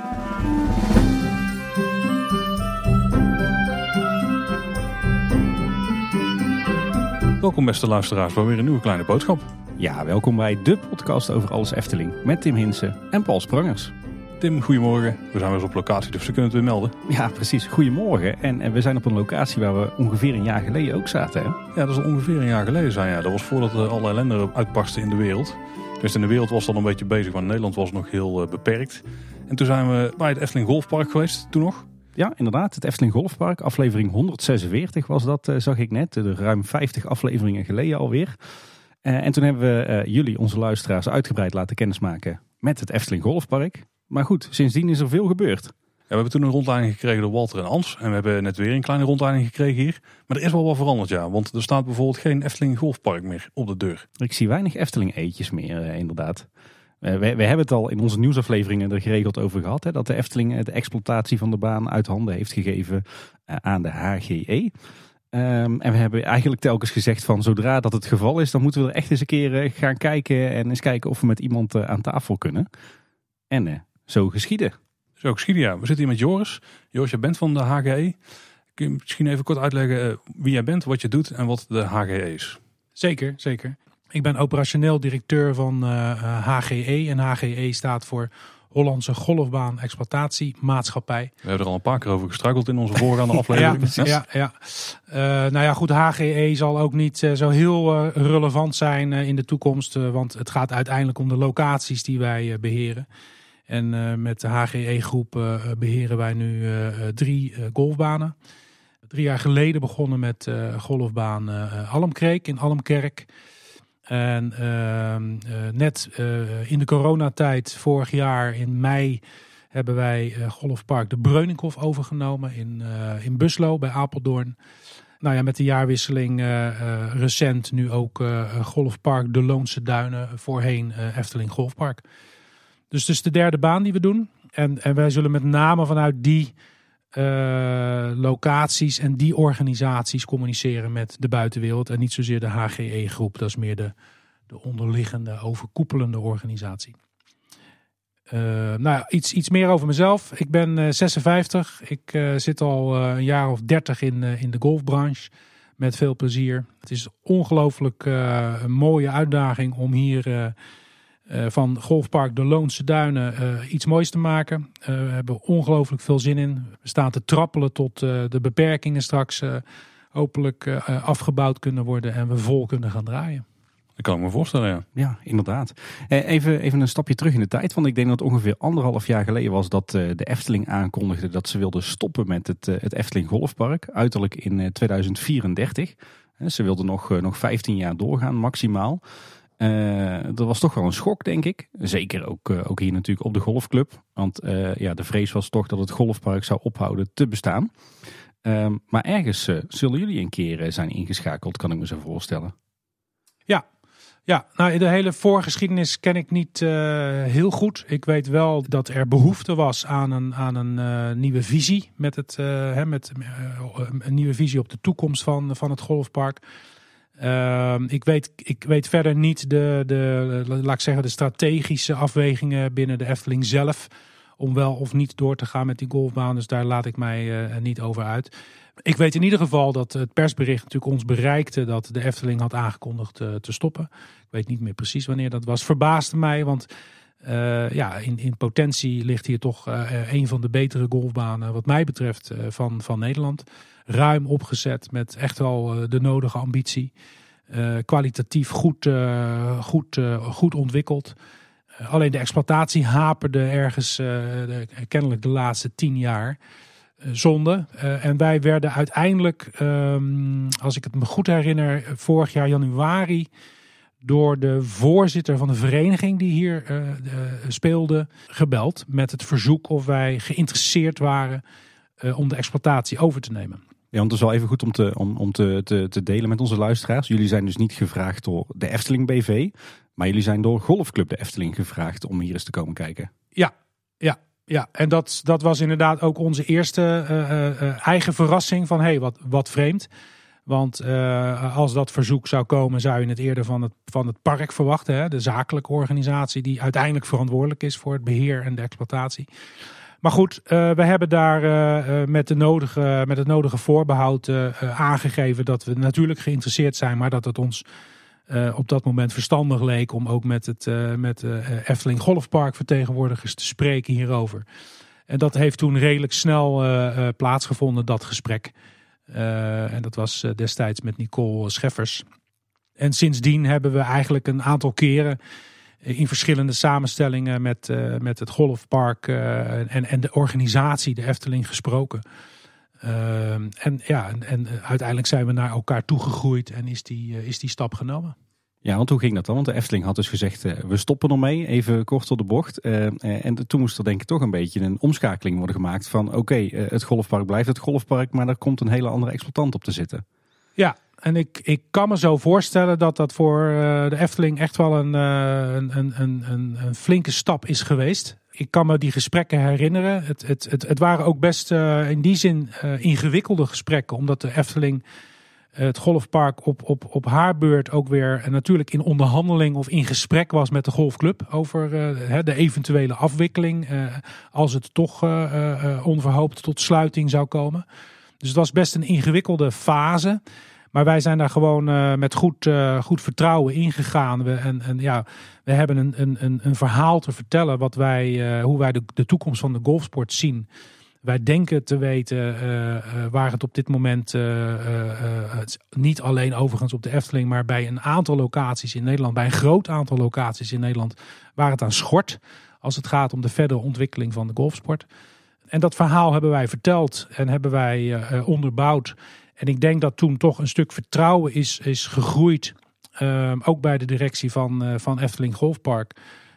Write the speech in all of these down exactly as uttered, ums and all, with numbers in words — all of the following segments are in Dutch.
Welkom beste luisteraars bij weer een nieuwe kleine boodschap. Ja, welkom bij de podcast over alles Efteling met Tim Hinsen en Paul Sprangers. Tim, goedemorgen. We zijn weer eens op locatie, dus we kunnen het weer melden. Ja, precies. Goedemorgen. En, en we zijn op een locatie waar we ongeveer een jaar geleden ook zaten. Hè? Ja, dat is al ongeveer een jaar geleden zijn. Ja. Dat was voordat uh, alle ellende uitbarstte in de wereld. Dus in de wereld was dat een beetje bezig, maar in Nederland was het nog heel uh, beperkt. En toen zijn we bij het Efteling Golfpark geweest, toen nog. Ja, inderdaad. Het Efteling Golfpark. Aflevering honderdzesenveertig was dat, uh, zag ik net. De ruim vijftig afleveringen geleden alweer. Uh, en toen hebben we uh, jullie, onze luisteraars, uitgebreid laten kennismaken met het Efteling Golfpark. Maar goed, sindsdien is er veel gebeurd. Ja, we hebben toen een rondleiding gekregen door Walter en Ans. En we hebben net weer een kleine rondleiding gekregen hier. Maar er is wel wat veranderd, ja. Want er staat bijvoorbeeld geen Efteling Golfpark meer op de deur. Ik zie weinig Efteling eetjes meer, uh, inderdaad. Uh, we, we hebben het al in onze nieuwsafleveringen er geregeld over gehad. Hè, dat de Efteling de exploitatie van de baan uit handen heeft gegeven uh, aan de H G E. Um, en we hebben eigenlijk telkens gezegd van zodra dat het geval is, dan moeten we er echt eens een keer uh, gaan kijken. En eens kijken of we met iemand uh, aan tafel kunnen. En uh, zo geschieden. Zo geschieden, ja. We zitten hier met Joris. Joris, jij bent van de H G E. Kun je misschien even kort uitleggen uh, wie jij bent, wat je doet en wat de H G E is? Zeker, zeker. Ik ben operationeel directeur van uh, H G E. En H G E staat voor Hollandse Golfbaan Exploitatie Maatschappij. We hebben er al een paar keer over gestruikeld in onze voorgaande aflevering. ja, ja, ja. Uh, nou ja, goed, H G E zal ook niet uh, zo heel uh, relevant zijn uh, in de toekomst. Uh, want het gaat uiteindelijk om de locaties die wij uh, beheren. En uh, met de H G E-groep uh, beheren wij nu uh, drie uh, golfbanen. Drie jaar geleden begonnen met uh, golfbaan uh, Almkreek in Almkerk. En uh, uh, net uh, in de coronatijd vorig jaar in mei hebben wij uh, golfpark de Breuninkhof overgenomen in, uh, in Buslo bij Apeldoorn. Nou ja, met de jaarwisseling uh, uh, recent nu ook uh, golfpark de Loonse Duinen, voorheen uh, Efteling Golfpark. Dus het is de derde baan die we doen. En, en wij zullen met name vanuit die uh, locaties en die organisaties communiceren met de buitenwereld. En niet zozeer de H G E-groep. Dat is meer de, de onderliggende, overkoepelende organisatie. Uh, nou ja, iets, iets meer over mezelf. Ik ben uh, zesenvijftig. Ik uh, zit al uh, een jaar of dertig in, uh, in de golfbranche. Met veel plezier. Het is ongelooflijk uh, een mooie uitdaging om hier Uh, Uh, van golfpark de Loonse Duinen uh, iets moois te maken. Uh, we hebben ongelooflijk veel zin in. We staan te trappelen tot uh, de beperkingen straks uh, hopelijk uh, afgebouwd kunnen worden en we vol kunnen gaan draaien. Dat kan ik me voorstellen, ja. Ja, inderdaad. Even, even een stapje terug in de tijd. Want ik denk dat het ongeveer anderhalf jaar geleden was dat uh, de Efteling aankondigde dat ze wilden stoppen met het, uh, het Efteling Golfpark. Uiterlijk in uh, tweeduizend vierendertig. Uh, ze wilden nog, uh, nog vijftien jaar doorgaan, maximaal. Uh, dat was toch wel een schok, denk ik. Zeker ook, uh, ook hier natuurlijk op de golfclub. Want uh, ja, de vrees was toch dat het golfpark zou ophouden te bestaan. Uh, maar ergens uh, zullen jullie een keer uh, zijn ingeschakeld, kan ik me zo voorstellen. Ja, ja, nou de hele voorgeschiedenis ken ik niet uh, heel goed. Ik weet wel dat er behoefte was aan een, aan een uh, nieuwe visie. Met, het, uh, hè, met uh, een nieuwe visie op de toekomst van, van het golfpark. Uh, ik, weet, ik weet verder niet de, de, laat ik zeggen, de strategische afwegingen binnen de Efteling zelf. Om wel of niet door te gaan met die golfbaan. Dus daar laat ik mij uh, niet over uit. Ik weet in ieder geval dat het persbericht natuurlijk ons bereikte dat de Efteling had aangekondigd uh, te stoppen. Ik weet niet meer precies wanneer dat was. Verbaasde mij, want uh, ja, in, in potentie ligt hier toch uh, een van de betere golfbanen wat mij betreft uh, van, van Nederland. Ruim opgezet met echt wel uh, de nodige ambitie. Uh, kwalitatief goed, uh, goed, uh, goed ontwikkeld. Uh, alleen de exploitatie haperde ergens uh, de, kennelijk de laatste tien jaar. Uh, zonde. Uh, en wij werden uiteindelijk, um, als ik het me goed herinner, vorig jaar januari door de voorzitter van de vereniging die hier uh, uh, speelde gebeld met het verzoek of wij geïnteresseerd waren uh, om de exploitatie over te nemen. Ja, want het is wel even goed om, te, om, om te, te, te delen met onze luisteraars. Jullie zijn dus niet gevraagd door de Efteling B V, maar jullie zijn door Golfclub de Efteling gevraagd om hier eens te komen kijken. Ja, ja, ja. En dat, dat was inderdaad ook onze eerste uh, uh, eigen verrassing van hé, hey, wat, wat vreemd. Want uh, als dat verzoek zou komen, zou je het eerder van het, van het park verwachten. Hè? De zakelijke organisatie die uiteindelijk verantwoordelijk is voor het beheer en de exploitatie. Maar goed, uh, we hebben daar uh, met, de nodige, met het nodige voorbehoud uh, aangegeven dat we natuurlijk geïnteresseerd zijn, maar dat het ons uh, op dat moment verstandig leek om ook met het uh, met, uh, Efteling Golfpark vertegenwoordigers te spreken hierover. En dat heeft toen redelijk snel uh, uh, plaatsgevonden, dat gesprek. Uh, en dat was uh, destijds met Nicole Scheffers. En sindsdien hebben we eigenlijk een aantal keren in verschillende samenstellingen met, uh, met het golfpark uh, en, en de organisatie, de Efteling, gesproken. Uh, en ja, en, en uiteindelijk zijn we naar elkaar toegegroeid en is die, uh, is die stap genomen. Ja, want hoe ging dat dan? Want de Efteling had dus gezegd, uh, we stoppen ermee, even kort door de bocht. Uh, uh, en toen moest er denk ik toch een beetje een omschakeling worden gemaakt van oké, okay, uh, het golfpark blijft het golfpark, maar er komt een hele andere exploitant op te zitten. Ja, en ik, ik kan me zo voorstellen dat dat voor uh, de Efteling echt wel een, uh, een, een, een, een flinke stap is geweest. Ik kan me die gesprekken herinneren. Het, het, het, het waren ook best uh, in die zin uh, ingewikkelde gesprekken, omdat de Efteling het golfpark op, op, op haar beurt ook weer uh, natuurlijk in onderhandeling of in gesprek was met de golfclub over uh, de eventuele afwikkeling uh, als het toch uh, uh, onverhoopt tot sluiting zou komen. Dus het was best een ingewikkelde fase. Maar wij zijn daar gewoon uh, met goed, uh, goed vertrouwen ingegaan. We, en, en ja, we hebben een, een, een verhaal te vertellen wat wij, uh, hoe wij de, de toekomst van de golfsport zien. Wij denken te weten uh, uh, waar het op dit moment, uh, uh, uh, niet alleen overigens op de Efteling, maar bij een aantal locaties in Nederland, bij een groot aantal locaties in Nederland, waar het aan schort als het gaat om de verdere ontwikkeling van de golfsport. En dat verhaal hebben wij verteld en hebben wij uh, onderbouwd. En ik denk dat toen toch een stuk vertrouwen is, is gegroeid, uh, ook bij de directie van, uh, van Efteling Golfpark,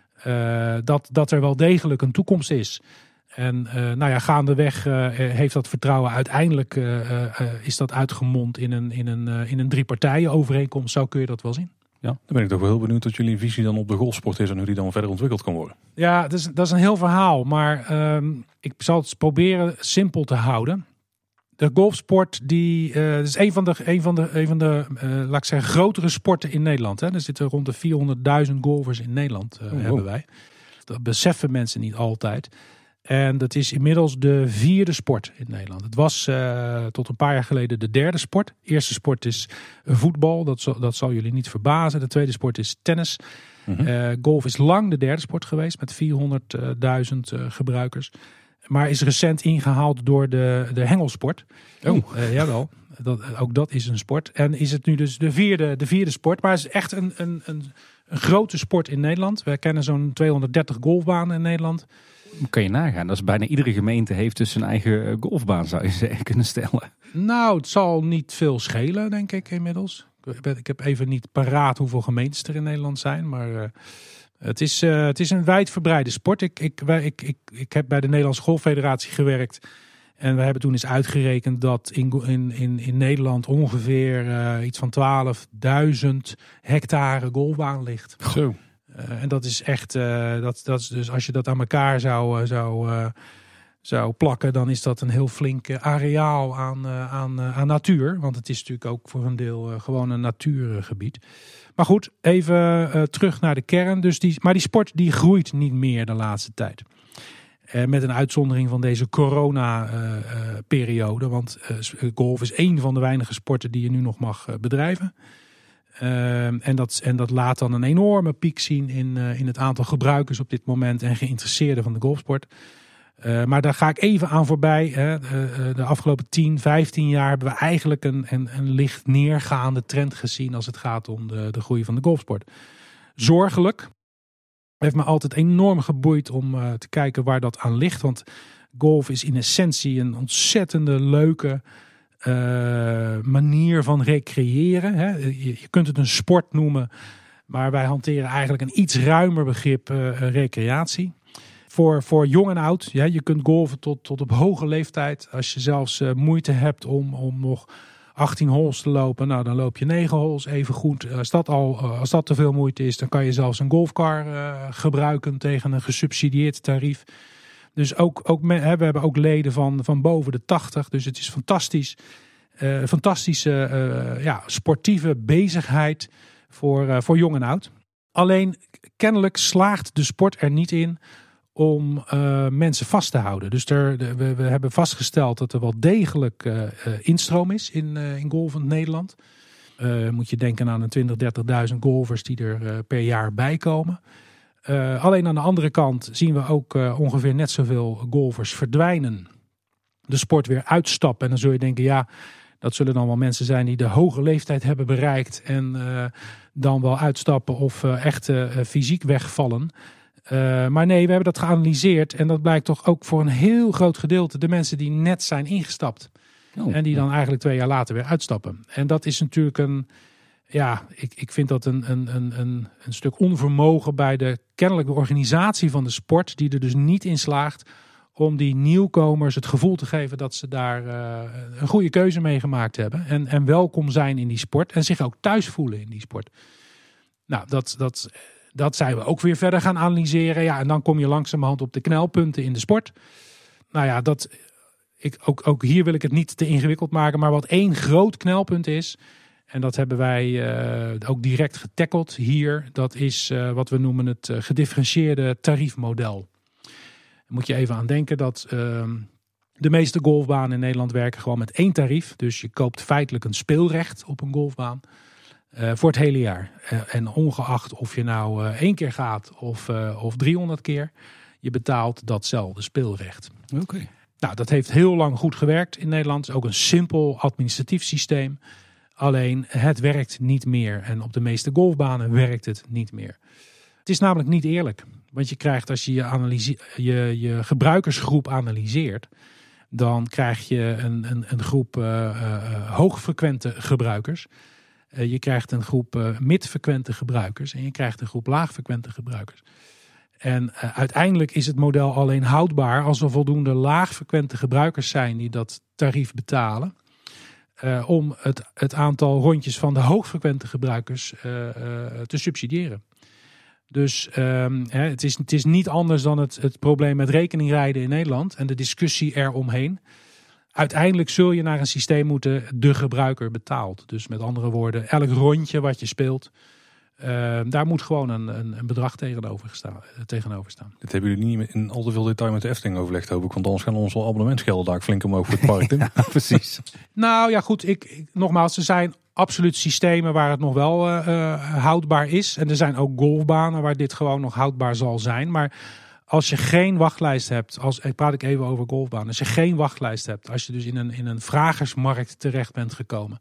uh, dat, dat er wel degelijk een toekomst is. En uh, nou ja, gaandeweg uh, heeft dat vertrouwen uiteindelijk uh, uh, is dat uitgemond in een, in een, uh, in een driepartijen overeenkomst. Zo kun je dat wel zien. Ja, dan ben ik toch wel heel benieuwd wat jullie visie dan op de golfsport is en hoe die dan verder ontwikkeld kan worden. Ja, dat is, dat is een heel verhaal, maar uh, ik zal het proberen simpel te houden. De golfsport die, uh, is een van de, een van de, een van de uh, laat ik zeggen, grotere sporten in Nederland. Hè. Er zitten rond de vierhonderdduizend golfers in Nederland, uh, oh, wow. hebben wij. Dat beseffen mensen niet altijd. En dat is inmiddels de vierde sport in Nederland. Het was uh, tot een paar jaar geleden de derde sport. De eerste sport is voetbal, dat zal, dat zal jullie niet verbazen. De tweede sport is tennis. Mm-hmm. Uh, golf is lang de derde sport geweest met vierhonderdduizend uh, gebruikers. Maar is recent ingehaald door de, de hengelsport. Oh, uh, jawel. Dat, ook dat is een sport. En is het nu dus de vierde, de vierde sport. Maar het is echt een, een, een, een grote sport in Nederland. We kennen zo'n tweehonderddertig golfbanen in Nederland. Kan je nagaan, dat is bijna iedere gemeente heeft dus zijn eigen golfbaan, zou je kunnen stellen. Nou, het zal niet veel schelen, denk ik inmiddels. Ik heb even niet paraat hoeveel gemeentes er in Nederland zijn, maar uh, het, is, uh, het is een wijdverbreide sport. Ik, ik, wij, ik, ik, ik heb bij de Nederlandse Golffederatie gewerkt en we hebben toen eens uitgerekend dat in, in, in, in Nederland ongeveer uh, iets van twaalfduizend hectare golfbaan ligt. Zo. Uh, en dat is echt, uh, dat, dat is dus als je dat aan elkaar zou, uh, zou, uh, zou plakken, dan is dat een heel flink uh, areaal aan, uh, aan, uh, aan natuur. Want het is natuurlijk ook voor een deel uh, gewoon een natuurgebied. Maar goed, even uh, terug naar de kern. Dus die, maar die sport die groeit niet meer de laatste tijd. Uh, met een uitzondering van deze corona-periode. Uh, uh, want uh, golf is één van de weinige sporten die je nu nog mag uh, bedrijven. Uh, en, dat, en dat laat dan een enorme piek zien in, uh, in het aantal gebruikers op dit moment en geïnteresseerden van de golfsport. Uh, maar daar ga ik even aan voorbij. Hè. Uh, de afgelopen tien, vijftien jaar hebben we eigenlijk een, een, een licht neergaande trend gezien als het gaat om de, de groei van de golfsport. Zorgelijk. Heeft me altijd enorm geboeid om uh, te kijken waar dat aan ligt. Want golf is in essentie een ontzettende leuke Uh, manier van recreëren. Hè. Je, je kunt het een sport noemen, maar wij hanteren eigenlijk een iets ruimer begrip uh, recreatie. Voor, voor jong en oud. Ja, je kunt golfen tot, tot op hoge leeftijd. Als je zelfs uh, moeite hebt om, om nog achttien holes te lopen, nou dan loop je negen holes even goed. Als dat, al, uh, als dat te veel moeite is, dan kan je zelfs een golfcar uh, gebruiken tegen een gesubsidieerd tarief. Dus ook, ook me, hè, we hebben ook leden van, van boven de tachtig. Dus het is fantastisch. Uh, fantastische uh, ja, sportieve bezigheid voor, uh, voor jong en oud. Alleen kennelijk slaagt de sport er niet in om uh, mensen vast te houden. Dus er, de, we, we hebben vastgesteld dat er wel degelijk uh, uh, instroom is in, uh, in golfend Nederland. Uh, moet je denken aan een twintig, dertigduizend golfers die er uh, per jaar bij komen. Uh, alleen aan de andere kant zien we ook uh, ongeveer net zoveel golfers verdwijnen. De sport weer uitstappen. En dan zul je denken, ja, dat zullen dan wel mensen zijn die de hoge leeftijd hebben bereikt. En uh, dan wel uitstappen of uh, echt uh, fysiek wegvallen. Uh, maar nee, we hebben dat geanalyseerd. En dat blijkt toch ook voor een heel groot gedeelte de mensen die net zijn ingestapt. Oh, en die dan eigenlijk twee jaar later weer uitstappen. En dat is natuurlijk een... Ja, ik, ik vind dat een, een, een, een stuk onvermogen bij de kennelijke organisatie van de sport. Die er dus niet in slaagt om die nieuwkomers het gevoel te geven dat ze daar uh, een goede keuze mee gemaakt hebben. En, en welkom zijn in die sport. En zich ook thuis voelen in die sport. Nou, dat, dat, dat zijn we ook weer verder gaan analyseren. Ja, en dan kom je langzamerhand op de knelpunten in de sport. Nou ja, dat, ik, ook, ook hier wil ik het niet te ingewikkeld maken. Maar wat één groot knelpunt is... En dat hebben wij uh, ook direct getackeld hier. Dat is uh, wat we noemen het uh, gedifferentieerde tariefmodel. Daar moet je even aan denken dat uh, de meeste golfbanen in Nederland werken gewoon met één tarief. Dus je koopt feitelijk een speelrecht op een golfbaan uh, voor het hele jaar. Uh, en ongeacht of je nou uh, één keer gaat of, uh, of driehonderd keer, je betaalt datzelfde speelrecht. Oké. Okay. Nou, dat heeft heel lang goed gewerkt in Nederland. Het is ook een simpel administratief systeem. Alleen het werkt niet meer. En op de meeste golfbanen werkt het niet meer. Het is namelijk niet eerlijk. Want je krijgt als je je, analyse, je, je gebruikersgroep analyseert. Dan krijg je een, een, een groep uh, uh, hoogfrequente gebruikers. Uh, je krijgt een groep uh, midfrequente gebruikers. En je krijgt een groep laagfrequente gebruikers. En uh, uiteindelijk is het model alleen houdbaar als er voldoende laagfrequente gebruikers zijn die dat tarief betalen. Uh, om het, het aantal rondjes van de hoogfrequente gebruikers uh, uh, te subsidiëren. Dus um, hè, het, is, het is niet anders dan het, het probleem met rekeningrijden in Nederland en de discussie eromheen. Uiteindelijk zul je naar een systeem moeten, de gebruiker betaalt. Dus met andere woorden, elk rondje wat je speelt, uh, daar moet gewoon een, een, een bedrag tegenover staan, tegenover staan. Dit hebben jullie niet in al te veel detail met de Efteling overlegd, hoop ik. Want anders gaan onze abonnementsgelden daar flink omhoog voor het park. Ja, precies. Nou ja, goed. Ik, ik, nogmaals, er zijn absoluut systemen waar het nog wel uh, uh, houdbaar is. En er zijn ook golfbanen waar dit gewoon nog houdbaar zal zijn. Maar als je geen wachtlijst hebt, als, ik praat ik even over golfbanen. Als je geen wachtlijst hebt, als je dus in een, in een vragersmarkt terecht bent gekomen,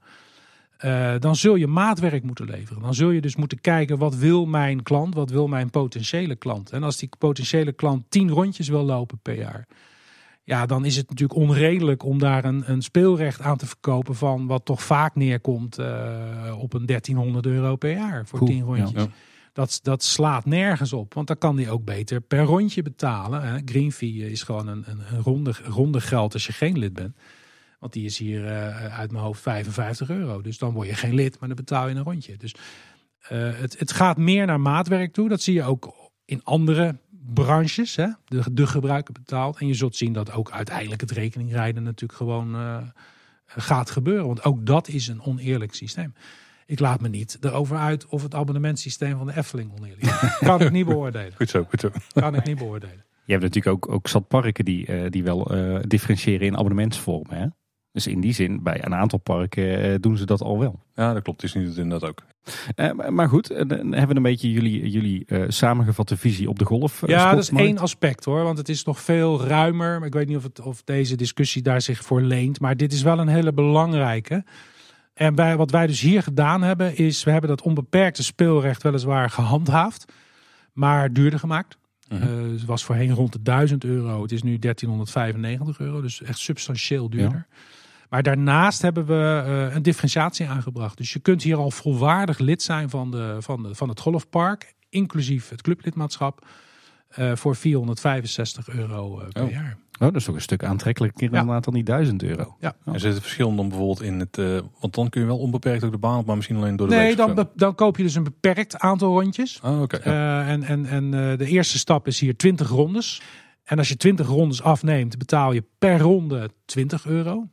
Uh, dan zul je maatwerk moeten leveren. Dan zul je dus moeten kijken, wat wil mijn klant, wat wil mijn potentiële klant. En als die potentiële klant tien rondjes wil lopen per jaar, ja, dan is het natuurlijk onredelijk om daar een, een speelrecht aan te verkopen van wat toch vaak neerkomt uh, op een dertienhonderd euro per jaar voor tien rondjes. Ja, ja. Dat, dat slaat nergens op, want dan kan die ook beter per rondje betalen. Hè. Green fee is gewoon een, een, een ronde, ronde geld als je geen lid bent. Want die is hier uh, uit mijn hoofd vijfenvijftig euro. Dus dan word je geen lid, maar dan betaal je een rondje. Dus uh, het, het gaat meer naar maatwerk toe. Dat zie je ook in andere branches. Hè? De, de gebruiker betaalt. En je zult zien dat ook uiteindelijk het rekeningrijden natuurlijk gewoon uh, gaat gebeuren. Want ook dat is een oneerlijk systeem. Ik laat me niet erover uit of het abonnementsysteem van de Efteling oneerlijk is. Kan ik niet beoordelen. Goed zo, goed zo. Kan ik niet beoordelen. Je hebt natuurlijk ook, ook zat parken die, uh, die wel uh, differentiëren in abonnementsvormen, hè? Dus in die zin, bij een aantal parken uh, doen ze dat al wel. Ja, dat klopt. Het is niet het inderdaad ook. Uh, maar goed, uh, dan hebben we een beetje jullie, jullie uh, samengevatte visie op de golf. Uh, ja, dat is één aspect hoor. Want het is nog veel ruimer. Maar ik weet niet of, het, of deze discussie daar zich voor leent. Maar dit is wel een hele belangrijke. En bij, wat wij dus hier gedaan hebben, is we hebben dat onbeperkte speelrecht weliswaar gehandhaafd. Maar duurder gemaakt. Uh, het was voorheen rond de duizend euro. Het is nu dertienhonderdvijfennegentig euro. Dus echt substantieel duurder. Ja. Maar daarnaast hebben we uh, een differentiatie aangebracht. Dus je kunt hier al volwaardig lid zijn van, de, van, de, van het golfpark. Inclusief het clublidmaatschap. Uh, voor vierhonderdvijfenzestig euro uh, per oh. jaar. Oh, dat is toch een stuk aantrekkelijker ja. inderdaad dan die duizend euro. Ja. En zit het verschil dan bijvoorbeeld in het... Uh, want dan kun je wel onbeperkt ook de baan op, maar misschien alleen door de Nee, week dan, be, dan koop je dus een beperkt aantal rondjes. Oh, okay, ja. uh, en en, en uh, de eerste stap is hier twintig rondes. En als je twintig rondes afneemt, betaal je per ronde twintig euro.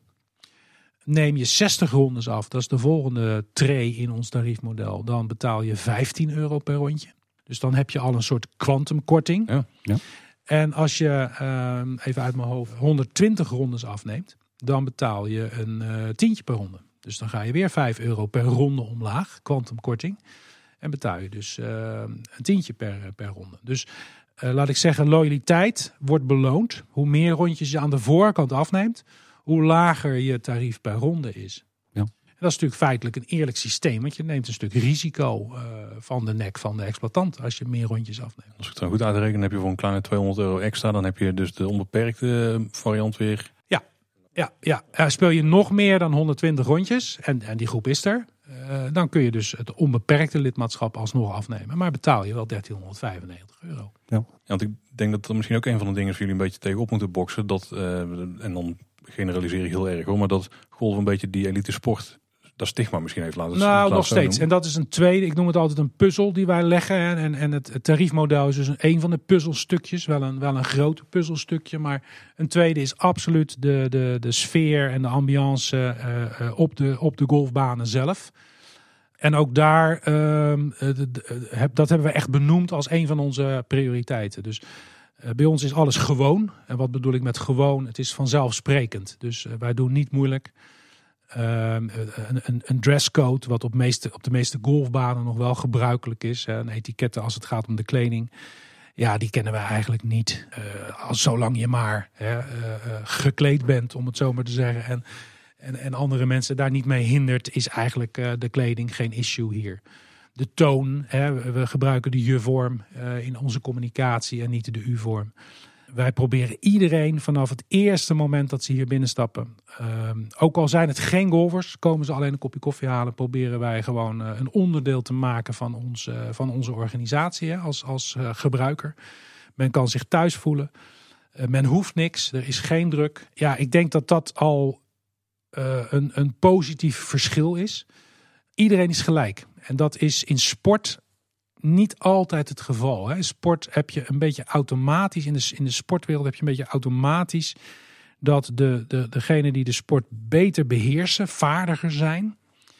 Neem je zestig rondes af, dat is de volgende tree in ons tariefmodel. Dan betaal je vijftien euro per rondje. Dus dan heb je al een soort kwantumkorting. Ja, ja. En als je, uh, even uit mijn hoofd, honderdtwintig rondes afneemt, dan betaal je een uh, tientje per ronde. Dus dan ga je weer vijf euro per ronde omlaag, kwantumkorting. En betaal je dus uh, een tientje per, per ronde. Dus uh, laat ik zeggen, loyaliteit wordt beloond. Hoe meer rondjes je aan de voorkant afneemt, hoe lager je tarief per ronde is. Ja. En dat is natuurlijk feitelijk een eerlijk systeem. Want je neemt een stuk risico uh, van de nek van de exploitant als je meer rondjes afneemt. Als ik het dan goed uitreken, heb je voor een kleine tweehonderd euro extra. Dan heb je dus de onbeperkte variant weer. Ja, ja, ja. Uh, speel je nog meer dan honderdtwintig rondjes, en, en die groep is er. Uh, dan kun je dus het onbeperkte lidmaatschap alsnog afnemen. Maar betaal je wel dertienhonderdvijfennegentig euro. Ja. Ja, want ik denk dat dat misschien ook een van de dingen is waar jullie een beetje tegenop moeten boksen. Dat, uh, en dan generaliseer ik heel erg hoor. Maar dat golf een beetje die elite sport, dat stigma misschien heeft laten. Nou, laten nog steeds. En dat is een tweede, ik noem het altijd een puzzel die wij leggen. En, en het, het tariefmodel is dus een van de puzzelstukjes. Wel een, wel een groot puzzelstukje. Maar een tweede is absoluut de, de, de sfeer en de ambiance uh, uh, op, de, op de golfbanen zelf. En ook daar, uh, de, de, heb, dat hebben we echt benoemd als een van onze prioriteiten. Dus uh, bij ons is alles gewoon. En wat bedoel ik met gewoon? Het is vanzelfsprekend. Dus uh, wij doen niet moeilijk. Uh, een, een, een dresscode wat op, meeste, op de meeste golfbanen nog wel gebruikelijk is. Hè, een etiketten als het gaat om de kleding. Ja, die kennen wij eigenlijk niet. Uh, als zolang je maar hè, uh, uh, gekleed bent, om het zo maar te zeggen. En, en, en andere mensen daar niet mee hindert, is eigenlijk uh, de kleding geen issue hier. De toon, hè, we gebruiken de je-vorm uh, in onze communicatie en niet de u-vorm. Wij proberen iedereen vanaf het eerste moment dat ze hier binnenstappen. Uh, ook al zijn het geen golfers, komen ze alleen een kopje koffie halen. Proberen wij gewoon uh, een onderdeel te maken van, ons, uh, van onze organisatie hè, als, als uh, gebruiker. Men kan zich thuis voelen. Uh, men hoeft niks. Er is geen druk. Ja, ik denk dat dat al uh, een, een positief verschil is. Iedereen is gelijk. En dat is in sport niet altijd het geval. Hè. Sport heb je een beetje automatisch, in de, in de sportwereld heb je een beetje automatisch dat de, de, degenen die de sport beter beheersen, vaardiger zijn,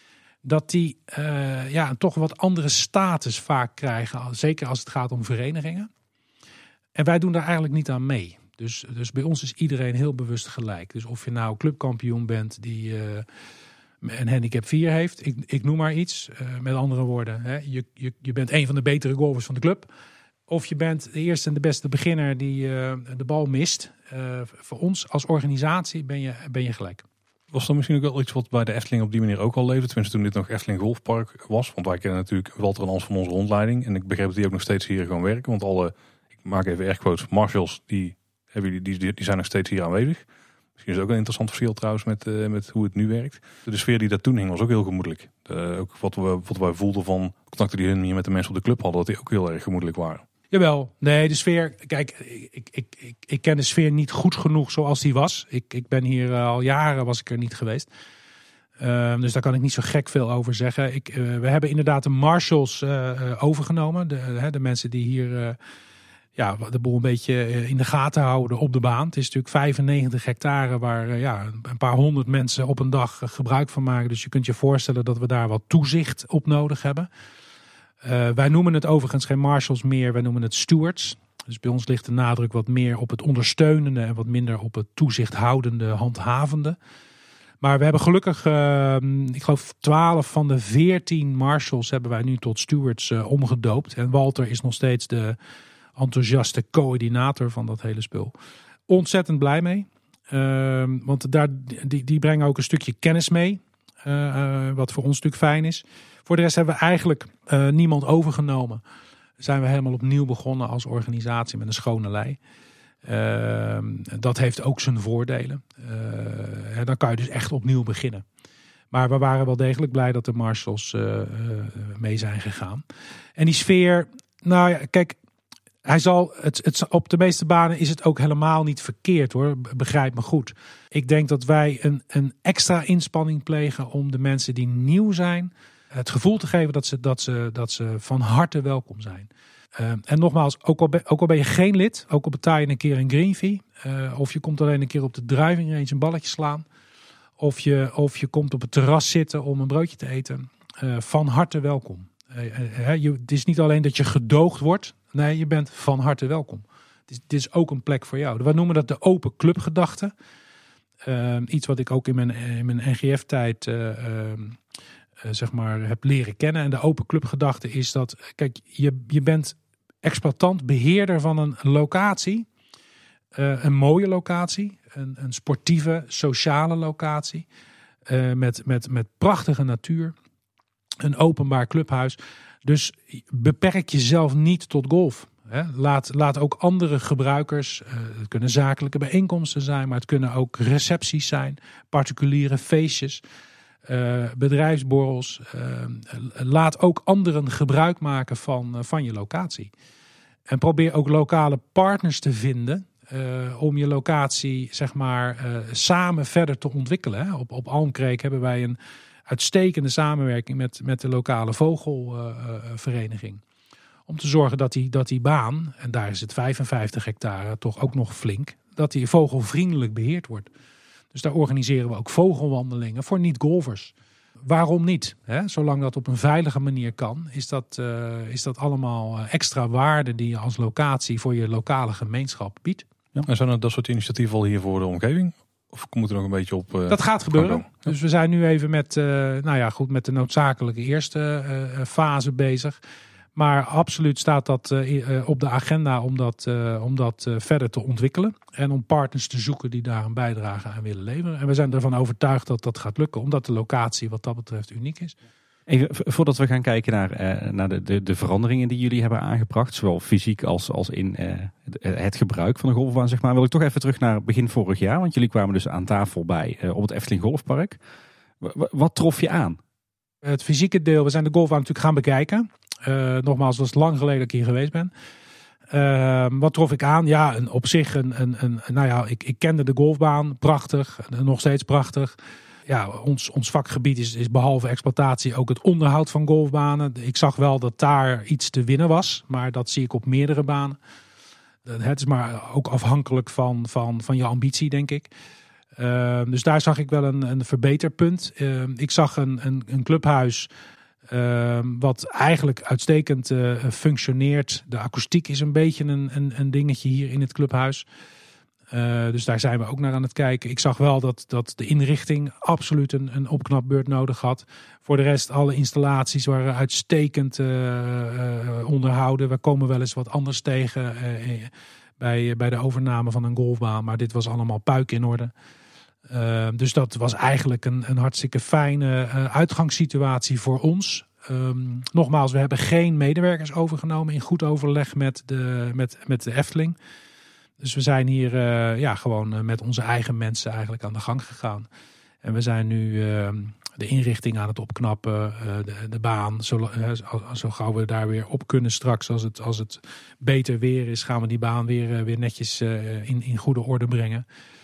dat die uh, ja, toch een wat andere status vaak krijgen. Zeker als het gaat om verenigingen. En wij doen daar eigenlijk niet aan mee. Dus, dus bij ons is iedereen heel bewust gelijk. Dus of je nou clubkampioen bent die Uh, een handicap vier heeft, ik, ik noem maar iets. Uh, met andere woorden, hè, je, je, je bent een van de betere golfers van de club. Of je bent de eerste en de beste beginner die uh, de bal mist. Uh, voor ons als organisatie ben je, ben je gelijk. Was dat misschien ook wel iets wat bij de Efteling op die manier ook al leefde? Tenminste toen dit nog Efteling Golfpark was. Want wij kennen natuurlijk Walter en Ans van onze rondleiding. En ik begreep dat die ook nog steeds hier gewoon werken. Want alle, ik maak even airquotes, marshals, die, die, die, die zijn nog steeds hier aanwezig. Misschien is het ook een interessant verschil trouwens met, uh, met hoe het nu werkt. De sfeer die daar toen hing was ook heel gemoedelijk. Uh, ook wat we, wat wij voelden van contacten die hun hier met de mensen op de club hadden, dat die ook heel erg gemoedelijk waren. Jawel, nee, de sfeer, kijk, ik, ik, ik, ik ken de sfeer niet goed genoeg zoals die was. Ik, ik ben hier uh, al jaren, was ik er niet geweest. Uh, dus daar kan ik niet zo gek veel over zeggen. Ik, uh, we hebben inderdaad de marshals uh, uh, overgenomen. De, uh, de mensen die hier Uh, ja, de boel een beetje in de gaten houden op de baan. Het is natuurlijk vijfennegentig hectare waar ja, een paar honderd mensen op een dag gebruik van maken. Dus je kunt je voorstellen dat we daar wat toezicht op nodig hebben. Uh, wij noemen het overigens geen marshals meer, wij noemen het stewards. Dus bij ons ligt de nadruk wat meer op het ondersteunende en wat minder op het toezichthoudende, handhavende. Maar we hebben gelukkig, uh, ik geloof twaalf van de veertien marshals hebben wij nu tot stewards uh, omgedoopt. En Walter is nog steeds de enthousiaste coördinator van dat hele spul. Ontzettend blij mee. Uh, want daar, die, die brengen ook een stukje kennis mee. Uh, uh, wat voor ons natuurlijk fijn is. Voor de rest hebben we eigenlijk uh, niemand overgenomen. Zijn we helemaal opnieuw begonnen als organisatie met een schone lei. Uh, dat heeft ook zijn voordelen. Uh, dan kan je dus echt opnieuw beginnen. Maar we waren wel degelijk blij dat de marshals uh, uh, mee zijn gegaan. En die sfeer, nou ja, kijk, hij zal het, het, op de meeste banen is het ook helemaal niet verkeerd hoor. Begrijp me goed. Ik denk dat wij een, een extra inspanning plegen om de mensen die nieuw zijn het gevoel te geven dat ze, dat ze, dat ze van harte welkom zijn. Uh, en nogmaals, ook al, ben, ook al ben je geen lid, ook al betaal je een keer een green fee, uh, of je komt alleen een keer op de driving range een balletje slaan, of je, of je komt op het terras zitten om een broodje te eten, uh, van harte welkom. Uh, uh, uh, je, het is niet alleen dat je gedoogd wordt, nee, je bent van harte welkom. dit is ook een plek voor jou. We noemen dat de open clubgedachte. Uh, iets wat ik ook in mijn, in mijn N G F-tijd uh, uh, uh, zeg maar heb leren kennen. En de open clubgedachte is dat, kijk, je, je bent exploitant, beheerder van een locatie. Uh, een mooie locatie, een, een sportieve, sociale locatie. Uh, met, met, met prachtige natuur. Een openbaar clubhuis. Dus beperk jezelf niet tot golf. Hè. Laat, laat ook andere gebruikers, uh, het kunnen zakelijke bijeenkomsten zijn, maar het kunnen ook recepties zijn, particuliere feestjes, uh, bedrijfsborrels. Uh, laat ook anderen gebruik maken van, uh, van je locatie. En probeer ook lokale partners te vinden uh, om je locatie zeg maar uh, samen verder te ontwikkelen. Hè. Op, op Almkreek hebben wij een uitstekende samenwerking met, met de lokale vogelvereniging. Uh, Om te zorgen dat die, dat die baan, en daar is het vijfenvijftig hectare toch ook nog flink, dat die vogelvriendelijk beheerd wordt. Dus daar organiseren we ook vogelwandelingen voor niet-golfers. Waarom niet? Hè? Zolang dat op een veilige manier kan, is dat, uh, is dat allemaal extra waarde die je als locatie voor je lokale gemeenschap biedt. Ja. En zijn er dat soort initiatieven al hier voor de omgeving? Of moet er nog een beetje op? Uh, dat gaat gebeuren. Ja. Dus we zijn nu even met, uh, nou ja, goed, met de noodzakelijke eerste uh, fase bezig. Maar absoluut staat dat uh, op de agenda om dat, uh, om dat uh, verder te ontwikkelen. En om partners te zoeken die daar een bijdrage aan willen leveren. En we zijn ervan overtuigd dat dat gaat lukken. Omdat de locatie wat dat betreft uniek is. Even voordat we gaan kijken naar, uh, naar de, de, de veranderingen die jullie hebben aangebracht. Zowel fysiek als, als in uh, het gebruik van de golfbaan, zeg maar. Wil ik toch even terug naar begin vorig jaar. Want jullie kwamen dus aan tafel bij uh, op het Efteling Golfpark. W- wat trof je aan? Het fysieke deel, we zijn de golfbaan natuurlijk gaan bekijken. Uh, nogmaals, het was lang geleden dat ik hier geweest ben. Uh, wat trof ik aan? Ja, een, op zich, een, een, een, nou ja, ik, ik kende de golfbaan, prachtig, nog steeds prachtig. Ja, ons, ons vakgebied is, is behalve exploitatie ook het onderhoud van golfbanen. Ik zag wel dat daar iets te winnen was, maar dat zie ik op meerdere banen. Het is maar ook afhankelijk van, van, van je ambitie, denk ik. Uh, dus daar zag ik wel een, een verbeterpunt. Uh, ik zag een, een, een clubhuis uh, wat eigenlijk uitstekend uh, functioneert. De akoestiek is een beetje een, een, een dingetje hier in het clubhuis. Uh, dus daar zijn we ook naar aan het kijken. Ik zag wel dat, dat de inrichting absoluut een, een opknapbeurt nodig had. Voor de rest, alle installaties waren uitstekend uh, uh, onderhouden. We komen wel eens wat anders tegen uh, bij, bij de overname van een golfbaan. Maar dit was allemaal puik in orde. Uh, dus dat was eigenlijk een, een hartstikke fijne uh, uitgangssituatie voor ons. Um, nogmaals, we hebben geen medewerkers overgenomen in goed overleg met de, met, met de Efteling. Dus we zijn hier uh, ja, gewoon uh, met onze eigen mensen eigenlijk aan de gang gegaan. En we zijn nu uh, de inrichting aan het opknappen, uh, de, de baan. Zo, uh, zo gauw we daar weer op kunnen straks, als het, als het beter weer is, gaan we die baan weer, uh, weer netjes uh, in, in goede orde brengen.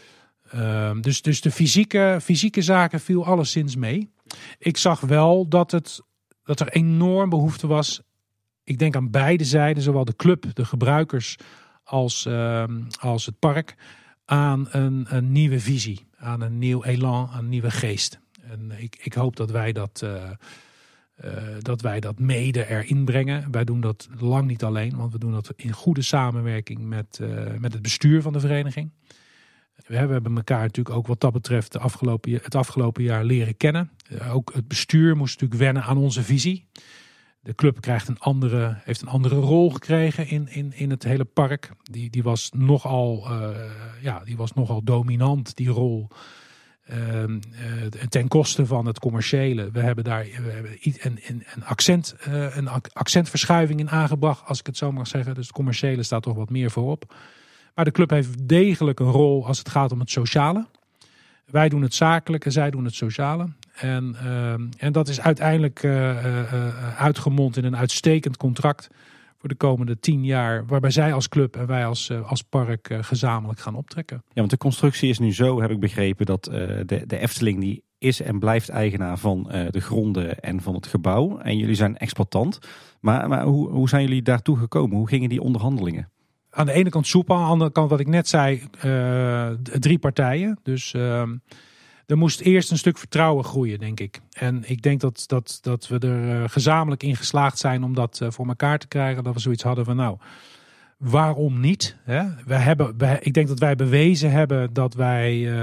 Uh, dus, dus de fysieke, fysieke zaken viel alleszins mee. Ik zag wel dat, het, dat er enorm behoefte was. Ik denk aan beide zijden, zowel de club, de gebruikers als, uh, als het park, aan een, een nieuwe visie, aan een nieuw elan, aan een nieuwe geest. En ik, ik hoop dat wij dat, uh, uh, dat wij dat mede erin brengen. Wij doen dat lang niet alleen, want we doen dat in goede samenwerking met, uh, met het bestuur van de vereniging. We hebben elkaar natuurlijk ook wat dat betreft de afgelopen, het afgelopen jaar leren kennen. Uh, ook het bestuur moest natuurlijk wennen aan onze visie. De club krijgt een andere, heeft een andere rol gekregen in, in, in het hele park. Die, die, was nogal, uh, ja, die was nogal dominant, die rol. Uh, uh, ten koste van het commerciële. We hebben daar we hebben een, een, accent, uh, een accentverschuiving in aangebracht, als ik het zo mag zeggen. Dus het commerciële staat toch wat meer voorop. Maar de club heeft degelijk een rol als het gaat om het sociale. Wij doen het zakelijke, zij doen het sociale. En, uh, en dat is uiteindelijk uh, uh, uitgemond in een uitstekend contract voor de komende tien jaar. Waarbij zij als club en wij als, uh, als park uh, gezamenlijk gaan optrekken. Ja, want de constructie is nu zo, heb ik begrepen, dat uh, de, de Efteling die is en blijft eigenaar van uh, de gronden en van het gebouw. En jullie zijn exploitant. Maar, maar hoe, hoe zijn jullie daartoe gekomen? Hoe gingen die onderhandelingen? Aan de ene kant soepel, aan de andere kant wat ik net zei, uh, drie partijen. Dus uh, er moest eerst een stuk vertrouwen groeien, denk ik. En ik denk dat, dat, dat we er uh, gezamenlijk in geslaagd zijn om dat uh, voor elkaar te krijgen. Dat we zoiets hadden van nou, waarom niet? Hè? Wij hebben, wij, ik denk dat wij bewezen hebben dat wij uh,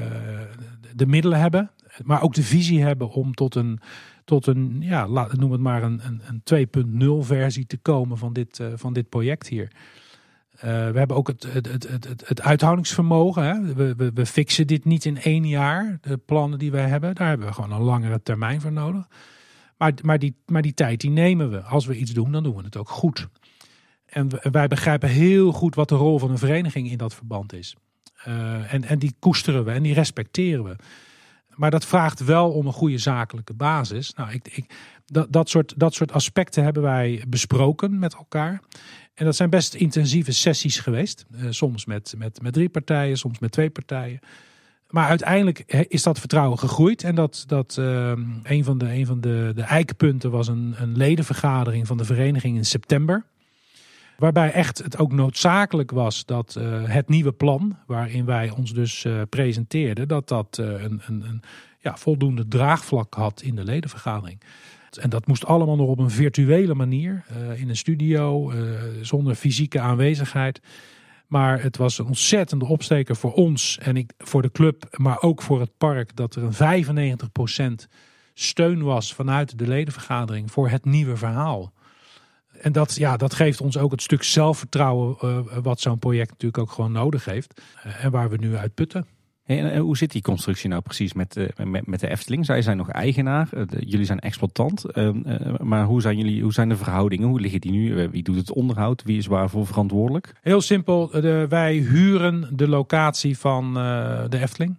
de middelen hebben, maar ook de visie hebben om tot een, tot een ja, noem het maar een, een, een twee punt nul versie te komen van dit, uh, van dit project hier. Uh, we hebben ook het, het, het, het, het uithoudingsvermogen. Hè? We, we, we fixen dit niet in één jaar, de plannen die wij hebben. Daar hebben we gewoon een langere termijn voor nodig. Maar, maar, die, maar die tijd die nemen we. Als we iets doen, dan doen we het ook goed. En wij begrijpen heel goed wat de rol van een vereniging in dat verband is. Uh, en, en die koesteren we en die respecteren we. Maar dat vraagt wel om een goede zakelijke basis. Nou, ik, ik, dat, dat, soort, dat soort aspecten hebben wij besproken met elkaar. En dat zijn best intensieve sessies geweest. Uh, soms met, met, met drie partijen, soms met twee partijen. Maar uiteindelijk is dat vertrouwen gegroeid. En dat, dat uh, een van, de, een van de, de eikpunten was een, een ledenvergadering van de vereniging in september. Waarbij echt het ook noodzakelijk was dat uh, het nieuwe plan, waarin wij ons dus uh, presenteerden, dat dat uh, een, een, een ja, voldoende draagvlak had in de ledenvergadering. En dat moest allemaal nog op een virtuele manier, uh, in een studio, uh, zonder fysieke aanwezigheid. Maar het was een ontzettende opsteker voor ons en ik, voor de club, maar ook voor het park, dat er een vijfennegentig procent steun was vanuit de ledenvergadering voor het nieuwe verhaal. En dat, ja, dat geeft ons ook het stuk zelfvertrouwen uh, wat zo'n project natuurlijk ook gewoon nodig heeft. Uh, en waar we nu uit putten. En, en hoe zit die constructie nou precies met, uh, met, met de Efteling? Zij zijn nog eigenaar, uh, de, jullie zijn exploitant. Uh, uh, maar hoe zijn, jullie, hoe zijn de verhoudingen? Hoe liggen die nu? Uh, wie doet het onderhoud? Wie is waarvoor verantwoordelijk? Heel simpel, de, wij huren de locatie van uh, de Efteling.